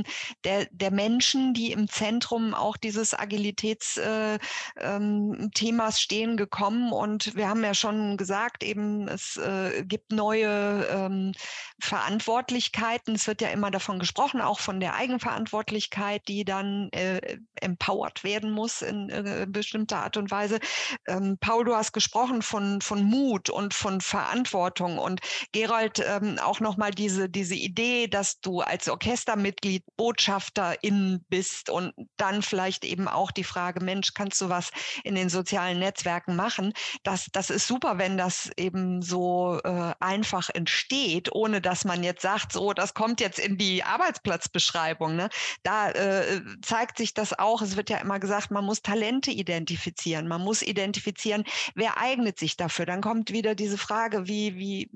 der Menschen, die im Zentrum auch dieses Agilitätsthemas stehen, gekommen. Und wir haben ja schon gesagt, eben es gibt neue Verantwortlichkeiten. Es wird ja immer davon gesprochen, auch von der Eigenverantwortlichkeit, die dann empowert werden muss in bestimmter Art und Weise. Paul, du hast gesprochen von Mut und von Verantwortung, und Gerold auch nochmal diese Idee, dass du als Orchestermitglied Botschafterin bist und dann vielleicht eben auch die Frage, Mensch, kannst du was in den sozialen Netzwerken machen? Das ist super, wenn das eben so einfach entsteht, ohne dass man jetzt sagt, so, das kommt jetzt in die Arbeitsplatzbeschreibung. Ne? Da zeigt sich das auch. Es wird ja immer gesagt, man muss Talente identifizieren. Man muss identifizieren, wer eignet sich dafür. Dann kommt wieder diese Frage, wie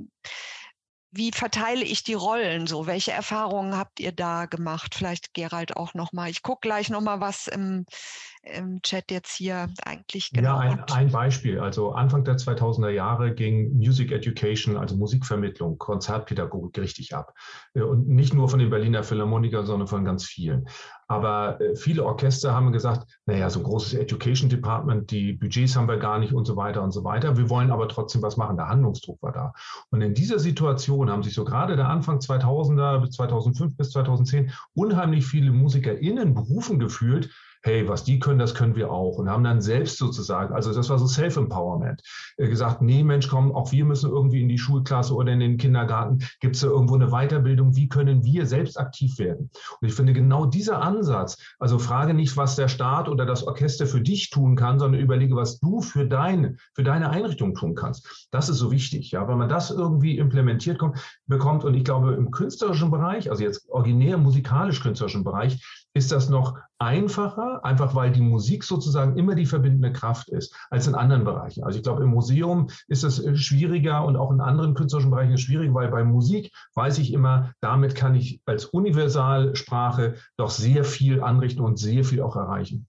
verteile ich die Rollen so? Welche Erfahrungen habt ihr da gemacht? Vielleicht Gerald auch nochmal. Ich gucke gleich nochmal, was im Chat jetzt hier eigentlich genau. Ja, ein Beispiel. Also Anfang der 2000er Jahre ging Music Education, also Musikvermittlung, Konzertpädagogik richtig ab. Und nicht nur von den Berliner Philharmonikern, sondern von ganz vielen. Aber viele Orchester haben gesagt, naja, so ein großes Education Department, die Budgets haben wir gar nicht und so weiter und so weiter. Wir wollen aber trotzdem was machen. Der Handlungsdruck war da. Und in dieser Situation haben sich so gerade der Anfang 2000er bis 2005 bis 2010 unheimlich viele MusikerInnen berufen gefühlt, hey, was die können, das können wir auch. Und haben dann selbst sozusagen, also das war so Self-Empowerment, gesagt, nee, Mensch, komm, auch wir müssen irgendwie in die Schulklasse oder in den Kindergarten. Gibt es da irgendwo eine Weiterbildung? Wie können wir selbst aktiv werden? Und ich finde genau dieser Ansatz, also frage nicht, was der Staat oder das Orchester für dich tun kann, sondern überlege, was du für deine Einrichtung tun kannst. Das ist so wichtig, ja, weil man das irgendwie implementiert bekommt. Und ich glaube, im künstlerischen Bereich, also jetzt originär musikalisch-künstlerischen Bereich, ist das noch einfacher, einfach weil die Musik sozusagen immer die verbindende Kraft ist, als in anderen Bereichen. Also ich glaube, im Museum ist es schwieriger und auch in anderen künstlerischen Bereichen ist es schwierig, weil bei Musik weiß ich immer, damit kann ich als Universalsprache doch sehr viel anrichten und sehr viel auch erreichen.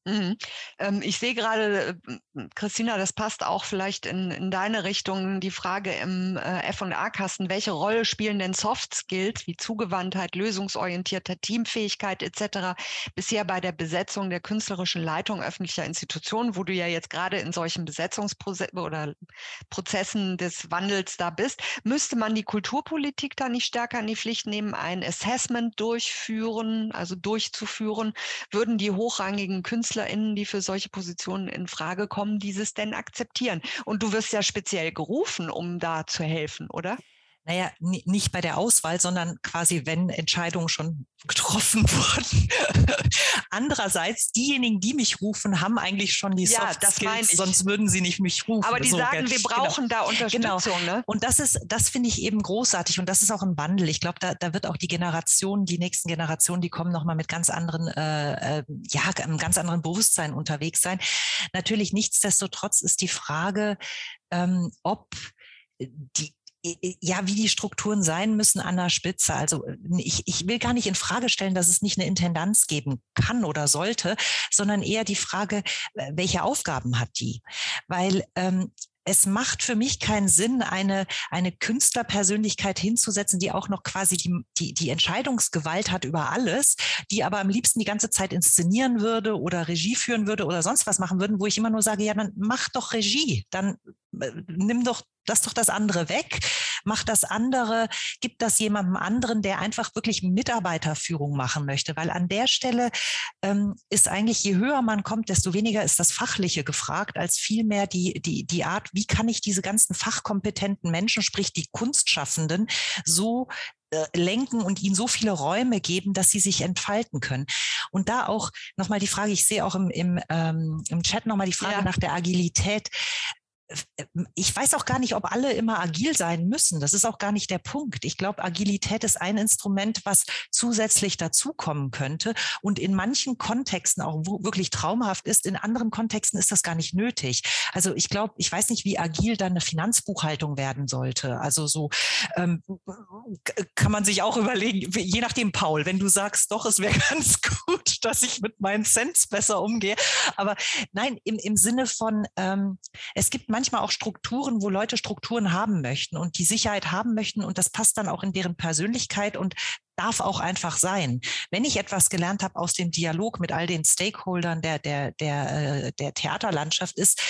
Mhm. Ich sehe gerade, Christina, das passt auch vielleicht in deine Richtung, die Frage im F&A-Kasten, welche Rolle spielen denn Soft Skills wie Zugewandtheit, lösungsorientierter Teamfähigkeit etc. bisher bei der Besetzung der künstlerischen Leitung öffentlicher Institutionen, wo du ja jetzt gerade in solchen Besetzungsprozessen oder Prozessen des Wandels da bist? Müsste man die Kulturpolitik da nicht stärker in die Pflicht nehmen, ein Assessment durchzuführen? Würden die hochrangigen KünstlerInnen, die für solche Positionen in Frage kommen, dieses denn akzeptieren? Und du wirst ja speziell gerufen, um da zu helfen, oder? Naja, nicht bei der Auswahl, sondern quasi, wenn Entscheidungen schon getroffen wurden. Andererseits, diejenigen, die mich rufen, haben eigentlich schon die Soft Skills, sonst würden sie nicht mich rufen. Aber die sagen, wir brauchen da Unterstützung. Genau. Ne? Und das finde ich eben großartig und das ist auch ein Wandel. Ich glaube, da wird auch die nächsten Generationen, die kommen nochmal mit ganz anderen, einem ganz anderen Bewusstsein unterwegs sein. Natürlich nichtsdestotrotz ist die Frage, ob wie die Strukturen sein müssen an der Spitze. Also ich will gar nicht in Frage stellen, dass es nicht eine Intendanz geben kann oder sollte, sondern eher die Frage, welche Aufgaben hat die? Weil es macht für mich keinen Sinn, eine Künstlerpersönlichkeit hinzusetzen, die auch noch quasi die Entscheidungsgewalt hat über alles, die aber am liebsten die ganze Zeit inszenieren würde oder Regie führen würde oder sonst was machen würden, wo ich immer nur sage, ja, dann mach doch Regie, dann lass doch das andere weg, mach das andere, gib das jemandem anderen, der einfach wirklich Mitarbeiterführung machen möchte, weil an der Stelle ist eigentlich, je höher man kommt, desto weniger ist das Fachliche gefragt, als vielmehr die Art, wie kann ich diese ganzen fachkompetenten Menschen, sprich die Kunstschaffenden, so lenken und ihnen so viele Räume geben, dass sie sich entfalten können. Und da auch nochmal die Frage, ich sehe auch im Chat nochmal die Frage nach der Agilität. Ich weiß auch gar nicht, ob alle immer agil sein müssen. Das ist auch gar nicht der Punkt. Ich glaube, Agilität ist ein Instrument, was zusätzlich dazukommen könnte und in manchen Kontexten auch wirklich traumhaft ist. In anderen Kontexten ist das gar nicht nötig. Also ich glaube, ich weiß nicht, wie agil dann eine Finanzbuchhaltung werden sollte. Also so kann man sich auch überlegen, je nachdem, Paul, wenn du sagst, doch, es wäre ganz gut, dass ich mit meinen Cents besser umgehe. Aber nein, im Sinne von, es gibt manchmal auch Strukturen, wo Leute Strukturen haben möchten und die Sicherheit haben möchten und das passt dann auch in deren Persönlichkeit und darf auch einfach sein. Wenn ich etwas gelernt habe aus dem Dialog mit all den Stakeholdern der Theaterlandschaft ist,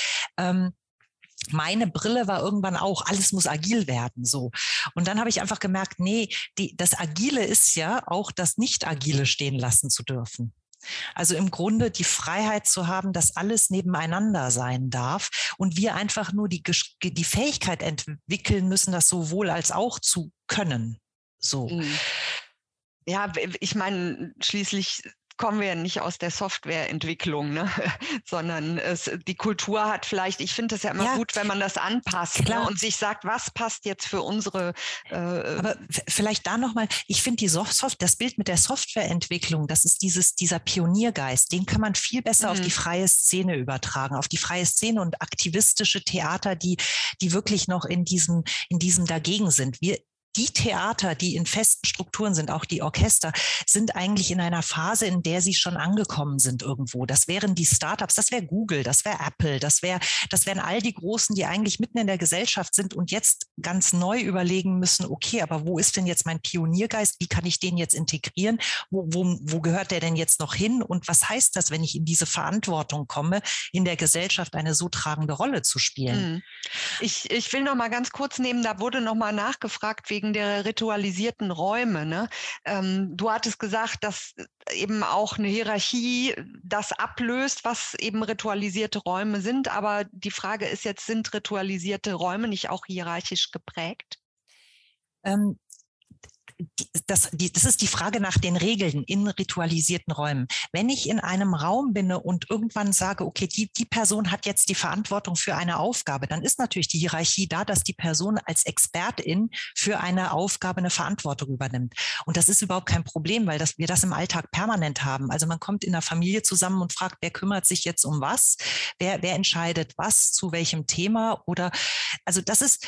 meine Brille war irgendwann auch, alles muss agil werden, so. Und dann habe ich einfach gemerkt, nee, das Agile ist ja auch das Nicht-Agile stehen lassen zu dürfen. Also im Grunde die Freiheit zu haben, dass alles nebeneinander sein darf und wir einfach nur die Fähigkeit entwickeln müssen, das sowohl als auch zu können. So. Ja, ich meine, schließlich kommen wir ja nicht aus der Softwareentwicklung, ne? Sondern die Kultur hat vielleicht, ich finde es ja immer gut, wenn man das anpasst, ne? Und sich sagt, was passt jetzt für unsere... Aber vielleicht da nochmal, ich finde das Bild mit der Softwareentwicklung, das ist dieser Pioniergeist, den kann man viel besser auf die freie Szene übertragen, auf die freie Szene und aktivistische Theater, die wirklich noch in diesem dagegen sind. Die Theater, die in festen Strukturen sind, auch die Orchester, sind eigentlich in einer Phase, in der sie schon angekommen sind irgendwo. Das wären die Startups, das wäre Google, das wäre Apple, das wären all die Großen, die eigentlich mitten in der Gesellschaft sind und jetzt ganz neu überlegen müssen, okay, aber wo ist denn jetzt mein Pioniergeist? Wie kann ich den jetzt integrieren? Wo gehört der denn jetzt noch hin? Und was heißt das, wenn ich in diese Verantwortung komme, in der Gesellschaft eine so tragende Rolle zu spielen? Ich will noch mal ganz kurz nehmen, da wurde noch mal nachgefragt wegen der ritualisierten Räume. Ne? Du hattest gesagt, dass eben auch eine Hierarchie das ablöst, was eben ritualisierte Räume sind. Aber die Frage ist jetzt, sind ritualisierte Räume nicht auch hierarchisch geprägt? Das ist die Frage nach den Regeln in ritualisierten Räumen. Wenn ich in einem Raum bin und irgendwann sage, okay, die Person hat jetzt die Verantwortung für eine Aufgabe, dann ist natürlich die Hierarchie da, dass die Person als Expertin für eine Aufgabe eine Verantwortung übernimmt. Und das ist überhaupt kein Problem, weil wir das im Alltag permanent haben. Also man kommt in der Familie zusammen und fragt, wer kümmert sich jetzt um was? Wer entscheidet was zu welchem Thema? Oder, also das ist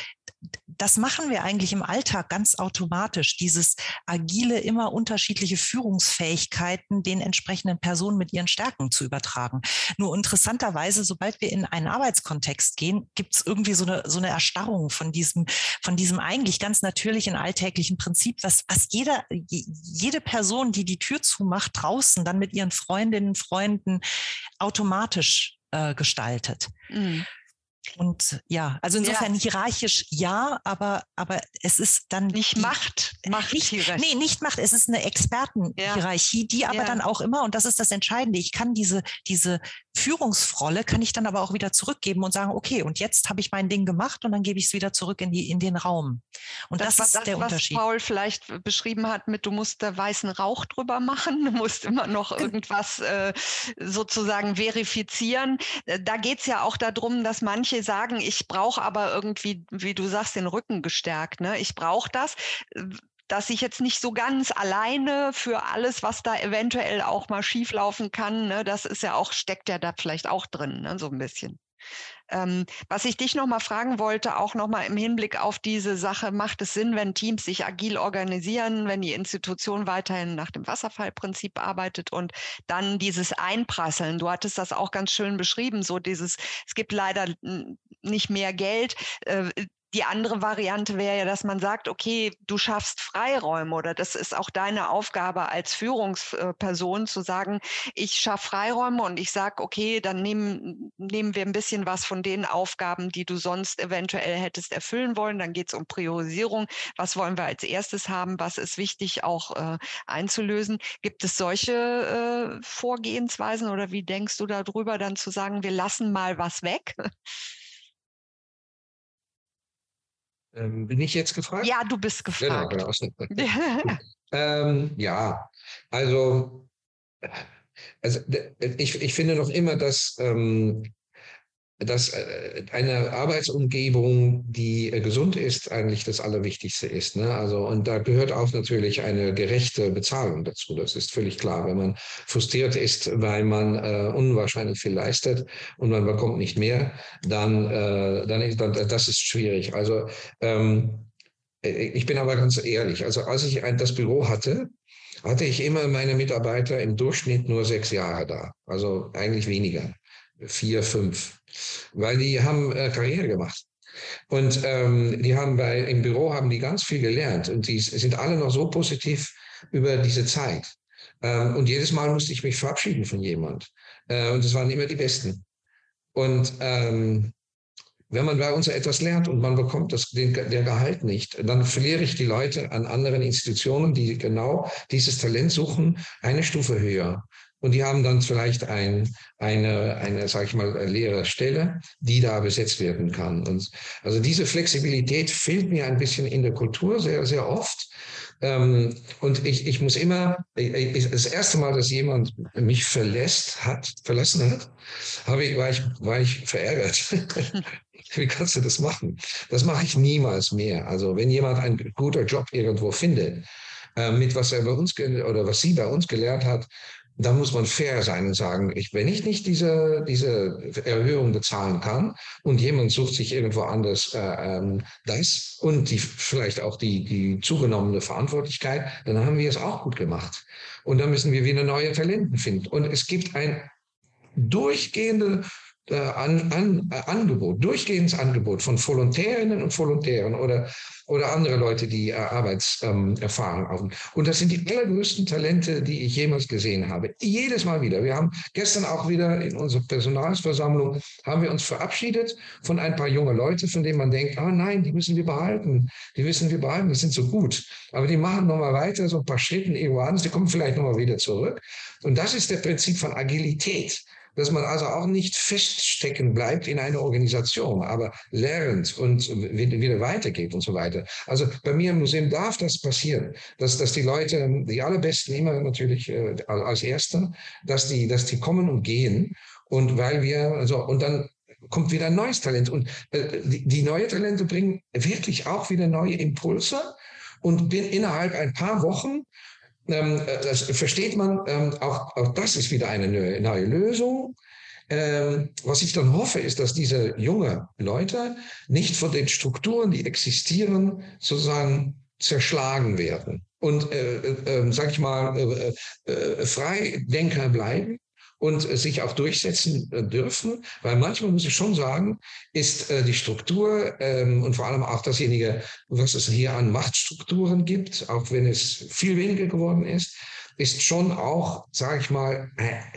das machen wir eigentlich im Alltag ganz automatisch, dieses agile, immer unterschiedliche Führungsfähigkeiten den entsprechenden Personen mit ihren Stärken zu übertragen. Nur interessanterweise, sobald wir in einen Arbeitskontext gehen, gibt es irgendwie so eine Erstarrung von diesem eigentlich ganz natürlichen alltäglichen Prinzip, was jede Person, die die Tür zumacht, draußen dann mit ihren Freundinnen und Freunden automatisch gestaltet. Mhm. Und ja, also insofern hierarchisch ja, aber es ist dann nicht Macht. Nicht Macht. Es ist eine Expertenhierarchie, die aber dann auch immer, und das ist das Entscheidende, ich kann diese Führungsrolle kann ich dann aber auch wieder zurückgeben und sagen, okay, und jetzt habe ich mein Ding gemacht und dann gebe ich es wieder zurück in den Raum. Und das ist der Unterschied. Was Paul vielleicht beschrieben hat mit, du musst da weißen Rauch drüber machen, du musst immer noch irgendwas sozusagen verifizieren. Da geht es ja auch darum, dass manche sagen, ich brauche aber irgendwie, wie du sagst, den Rücken gestärkt. Ne? Ich brauche das, dass ich jetzt nicht so ganz alleine für alles, was da eventuell auch mal schieflaufen kann, ne? Das ist ja auch, steckt ja da vielleicht auch drin, ne? So ein bisschen. Was ich dich noch mal fragen wollte, auch noch mal im Hinblick auf diese Sache, macht es Sinn, wenn Teams sich agil organisieren, wenn die Institution weiterhin nach dem Wasserfallprinzip arbeitet und dann dieses Einprasseln, du hattest das auch ganz schön beschrieben, so dieses, es gibt leider nicht mehr Geld, die andere Variante wäre ja, dass man sagt, okay, du schaffst Freiräume oder das ist auch deine Aufgabe als Führungsperson zu sagen, ich schaffe Freiräume und ich sage, okay, dann nehmen wir ein bisschen was von den Aufgaben, die du sonst eventuell hättest erfüllen wollen. Dann geht es um Priorisierung. Was wollen wir als erstes haben? Was ist wichtig auch einzulösen? Gibt es solche Vorgehensweisen oder wie denkst du darüber, dann zu sagen, wir lassen mal was weg? Bin ich jetzt gefragt? Ja, du bist gefragt. Genau. Ja, also ich finde noch immer, dass eine Arbeitsumgebung, die gesund ist, eigentlich das Allerwichtigste ist. Ne? Also, und da gehört auch natürlich eine gerechte Bezahlung dazu. Das ist völlig klar. Wenn man frustriert ist, weil man unwahrscheinlich viel leistet und man bekommt nicht mehr, dann das ist schwierig. Also ich bin aber ganz ehrlich. Also als ich das Büro hatte ich immer meine Mitarbeiter im Durchschnitt nur 6 Jahre da. Also eigentlich weniger. 4, 5, weil die haben Karriere gemacht. Und die haben im Büro haben die ganz viel gelernt und die sind alle noch so positiv über diese Zeit. Und jedes Mal musste ich mich verabschieden von jemand. Und es waren immer die Besten. Und wenn man bei uns etwas lernt und man bekommt der Gehalt nicht, dann verliere ich die Leute an anderen Institutionen, die genau dieses Talent suchen, eine Stufe höher. Und die haben dann vielleicht eine, sage ich mal, leere Stelle, die da besetzt werden kann. Und also diese Flexibilität fehlt mir ein bisschen in der Kultur sehr, sehr oft. Und ich muss immer, das erste Mal, dass jemand mich verlassen hat, war ich verärgert. Wie kannst du das machen? Das mache ich niemals mehr. Also wenn jemand einen guten Job irgendwo findet, mit was er bei uns oder was sie bei uns gelernt hat, dann muss man fair sein und sagen, wenn ich nicht diese Erhöhung bezahlen kann und jemand sucht sich irgendwo anders das und vielleicht auch die zugenommene Verantwortlichkeit, dann haben wir es auch gut gemacht. Und dann müssen wir wieder neue Talente finden. Und es gibt ein durchgehendes Angebot von Volontärinnen und Volontären oder andere Leute, die Arbeitserfahrung haben. Und das sind die allergrößten Talente, die ich jemals gesehen habe. Jedes Mal wieder. Wir haben gestern auch wieder in unserer Personalversammlung haben wir uns verabschiedet von ein paar junge Leute, von denen man denkt, nein, die müssen wir behalten. Die sind so gut. Aber die machen nochmal weiter, so ein paar Schritte irgendwo anders, die kommen vielleicht nochmal wieder zurück. Und das ist das Prinzip von Agilität. Dass man also auch nicht feststecken bleibt in einer Organisation, aber lernt und wieder weitergeht und so weiter. Also bei mir im Museum darf das passieren, dass die Leute, die allerbesten immer natürlich als Erste, dass die kommen und gehen und und dann kommt wieder ein neues Talent und die neuen Talente bringen wirklich auch wieder neue Impulse und innerhalb ein paar Wochen das versteht man, auch das ist wieder eine neue Lösung. Was ich dann hoffe, ist, dass diese jungen Leute nicht von den Strukturen, die existieren, sozusagen zerschlagen werden und, sag ich mal, Freidenker bleiben und sich auch durchsetzen dürfen, weil manchmal muss ich schon sagen, ist die Struktur und vor allem auch dasjenige, was es hier an Machtstrukturen gibt, auch wenn es viel weniger geworden ist schon auch, sage ich mal,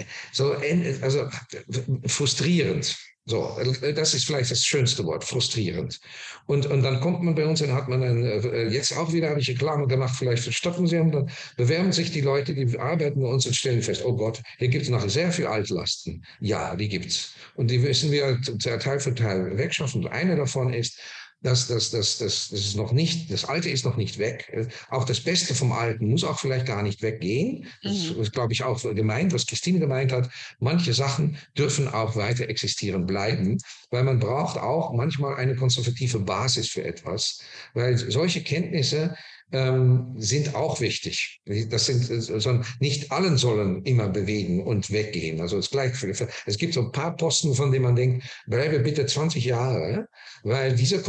also frustrierend. So, das ist vielleicht das schönste Wort, frustrierend. Und dann kommt man bei uns, dann hat man dann, jetzt auch wieder, habe ich Reklame gemacht, vielleicht für das Stadtmuseum, dann bewerben sich die Leute, die arbeiten bei uns und stellen fest, oh Gott, hier gibt es noch sehr viel Altlasten. Ja, die gibt's. Und die müssen wir Teil für Teil wegschaffen. Und eine davon ist, das ist noch nicht, das Alte ist noch nicht weg. Auch das Beste vom Alten muss auch vielleicht gar nicht weggehen. Das ist, glaube ich, auch gemeint, was Christine gemeint hat. Manche Sachen dürfen auch weiter existieren bleiben, weil man braucht auch manchmal eine konservative Basis für etwas, weil solche Kenntnisse sind auch wichtig. Das sind, nicht allen sollen immer bewegen und weggehen. Also es gibt so ein paar Posten, von denen man denkt, bleibe bitte 20 Jahre, weil dieser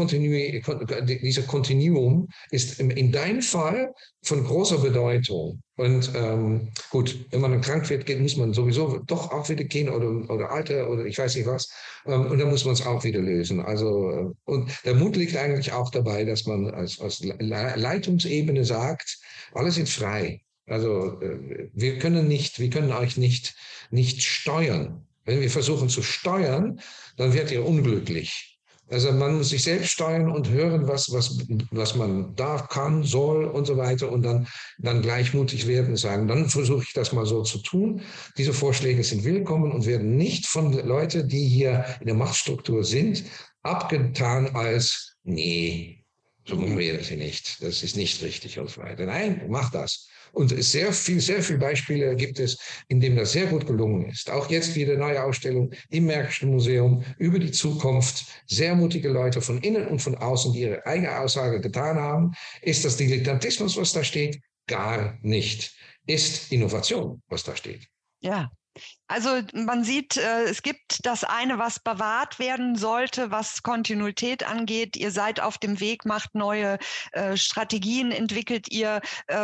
Kontinuum ist in deinem Fall von großer Bedeutung. Und gut, wenn man dann krank wird, muss man sowieso doch auch wieder gehen oder Alter oder ich weiß nicht was. Und dann muss man es auch wieder lösen. Also, und der Mut liegt eigentlich auch dabei, dass man als Leitungsebene sagt, alle sind frei. Also wir können euch nicht steuern. Wenn wir versuchen zu steuern, dann werdet ihr unglücklich. Also man muss sich selbst steuern und hören, was man darf, kann, soll und so weiter und dann gleichmutig werden und sagen, dann versuche ich das mal so zu tun. Diese Vorschläge sind willkommen und werden nicht von Leuten, die hier in der Machtstruktur sind, abgetan als, nee, so machen wir das hier nicht. Das ist nicht richtig und so weiter. Nein, mach das. Und sehr viele Beispiele gibt es, in denen das sehr gut gelungen ist. Auch jetzt wieder neue Ausstellung im Märkischen Museum über die Zukunft. Sehr mutige Leute von innen und von außen, die ihre eigene Aussage getan haben. Ist das Dilettantismus, was da steht? Gar nicht. Ist Innovation, was da steht. Ja. Also man sieht, es gibt das eine, was bewahrt werden sollte, was Kontinuität angeht. Ihr seid auf dem Weg, macht neue Strategien, entwickelt ihr.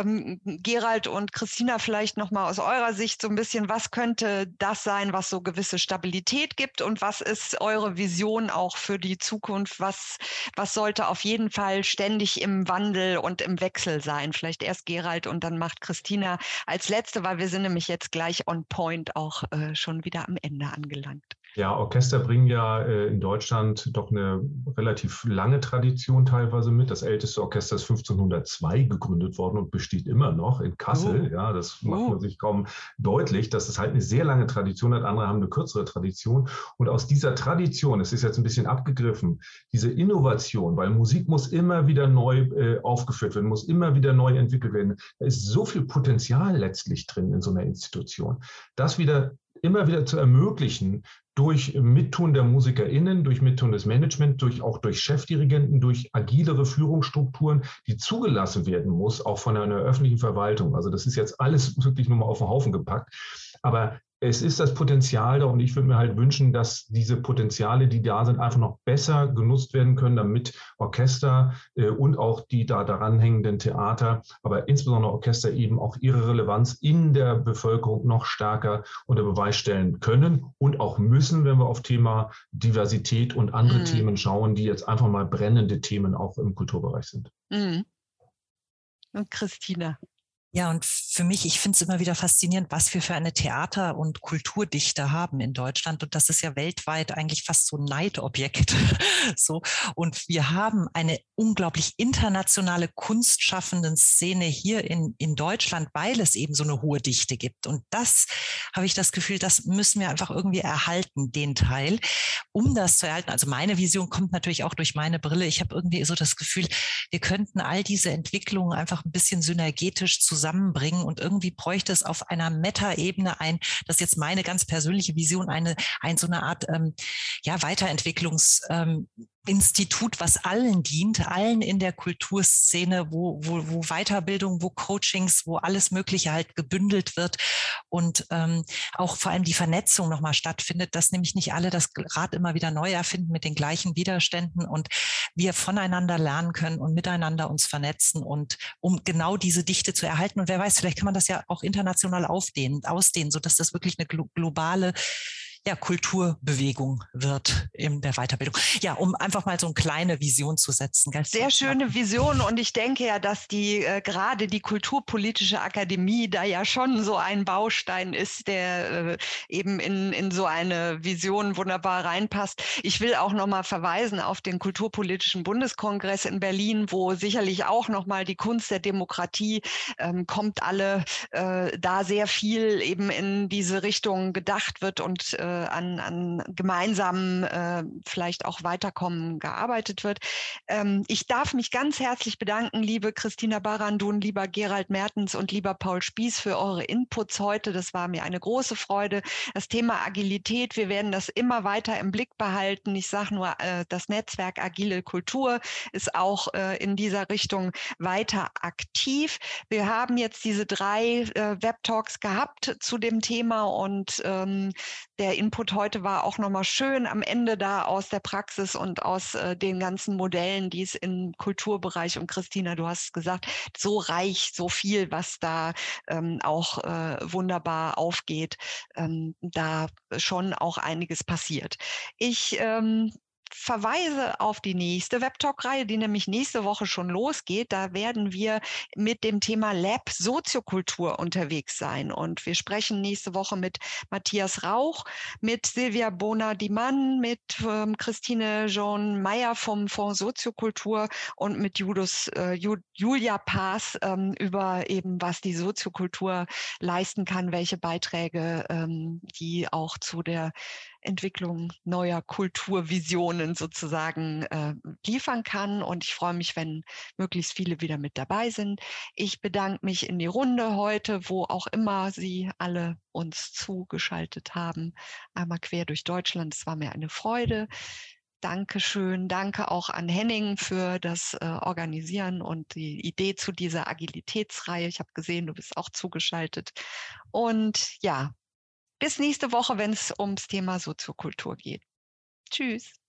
Gerald und Christina, vielleicht nochmal aus eurer Sicht so ein bisschen, was könnte das sein, was so gewisse Stabilität gibt und was ist eure Vision auch für die Zukunft? Was sollte auf jeden Fall ständig im Wandel und im Wechsel sein? Vielleicht erst Gerald und dann macht Christina als Letzte, weil wir sind nämlich jetzt gleich on point auch schon wieder am Ende angelangt. Ja, Orchester bringen ja in Deutschland doch eine relativ lange Tradition teilweise mit. Das älteste Orchester ist 1502 gegründet worden und besteht immer noch in Kassel. Ja, das macht man sich kaum deutlich, dass es halt eine sehr lange Tradition hat. Andere haben eine kürzere Tradition. Und aus dieser Tradition, es ist jetzt ein bisschen abgegriffen, diese Innovation, weil Musik muss immer wieder neu aufgeführt werden, muss immer wieder neu entwickelt werden. Da ist so viel Potenzial letztlich drin in so einer Institution. Das immer wieder zu ermöglichen, durch Mittun der MusikerInnen, durch Mittun des Management, auch durch Chefdirigenten, durch agilere Führungsstrukturen, die zugelassen werden muss, auch von einer öffentlichen Verwaltung. Also das ist jetzt alles wirklich nur mal auf den Haufen gepackt. Aber es ist das Potenzial da und ich würde mir halt wünschen, dass diese Potenziale, die da sind, einfach noch besser genutzt werden können, damit Orchester und auch die daran hängenden Theater, aber insbesondere Orchester eben auch ihre Relevanz in der Bevölkerung noch stärker unter Beweis stellen können und auch müssen, wenn wir auf Thema Diversität und andere Themen schauen, die jetzt einfach mal brennende Themen auch im Kulturbereich sind. Und Christina? Ja, und für mich, ich finde es immer wieder faszinierend, was wir für eine Theater- und Kulturdichte haben in Deutschland. Und das ist ja weltweit eigentlich fast so ein Neidobjekt. So. Und wir haben eine unglaublich internationale kunstschaffenden Szene hier in Deutschland, weil es eben so eine hohe Dichte gibt. Und das habe ich das Gefühl, das müssen wir einfach irgendwie erhalten, den Teil, um das zu erhalten. Also meine Vision kommt natürlich auch durch meine Brille. Ich habe irgendwie so das Gefühl, wir könnten all diese Entwicklungen einfach ein bisschen synergetisch zusammenbringen und irgendwie bräuchte es auf einer Meta-Ebene das ist jetzt meine ganz persönliche Vision, so eine Art Weiterentwicklungsvision Institut, was allen dient, allen in der Kulturszene, wo Weiterbildung, wo Coachings, wo alles Mögliche halt gebündelt wird und auch vor allem die Vernetzung nochmal stattfindet, dass nämlich nicht alle das Rad immer wieder neu erfinden mit den gleichen Widerständen und wir voneinander lernen können und miteinander uns vernetzen und um genau diese Dichte zu erhalten. Und wer weiß, vielleicht kann man das ja auch international ausdehnen, sodass das wirklich eine globale Kulturbewegung wird in der Weiterbildung. Ja, um einfach mal so eine kleine Vision zu setzen. Sehr schöne Vision und ich denke ja, dass gerade die Kulturpolitische Akademie da ja schon so ein Baustein ist, der eben in so eine Vision wunderbar reinpasst. Ich will auch nochmal verweisen auf den Kulturpolitischen Bundeskongress in Berlin, wo sicherlich auch nochmal die Kunst der Demokratie kommt alle, da sehr viel eben in diese Richtung gedacht wird und an gemeinsamen vielleicht auch Weiterkommen gearbeitet wird. Ich darf mich ganz herzlich bedanken, liebe Christina Barandun, lieber Gerald Mertens und lieber Paul Spieß für eure Inputs heute. Das war mir eine große Freude. Das Thema Agilität, wir werden das immer weiter im Blick behalten. Ich sage nur, das Netzwerk Agile Kultur ist auch in dieser Richtung weiter aktiv. Wir haben jetzt diese 3 Webtalks gehabt zu dem Thema und der Input heute war auch nochmal schön am Ende da aus der Praxis und aus den ganzen Modellen, die es im Kulturbereich, und Christina, du hast gesagt, so reich, so viel, was da auch wunderbar aufgeht, da schon auch einiges passiert. Ich verweise auf die nächste Webtalk-Reihe, die nämlich nächste Woche schon losgeht. Da werden wir mit dem Thema Lab Soziokultur unterwegs sein. Und wir sprechen nächste Woche mit Matthias Rauch, mit Silvia Bona-Dimann, mit Christine Jean Meyer vom Fonds Soziokultur und mit Julia Paas über eben, was die Soziokultur leisten kann, welche Beiträge die auch zu der Entwicklung neuer Kulturvisionen sozusagen liefern kann. Und ich freue mich, wenn möglichst viele wieder mit dabei sind. Ich bedanke mich in die Runde heute, wo auch immer Sie alle uns zugeschaltet haben, einmal quer durch Deutschland. Es war mir eine Freude. Dankeschön. Danke auch an Henning für das Organisieren und die Idee zu dieser Agilitätsreihe. Ich habe gesehen, du bist auch zugeschaltet. Und ja, bis nächste Woche, wenn es ums Thema Soziokultur geht. Tschüss.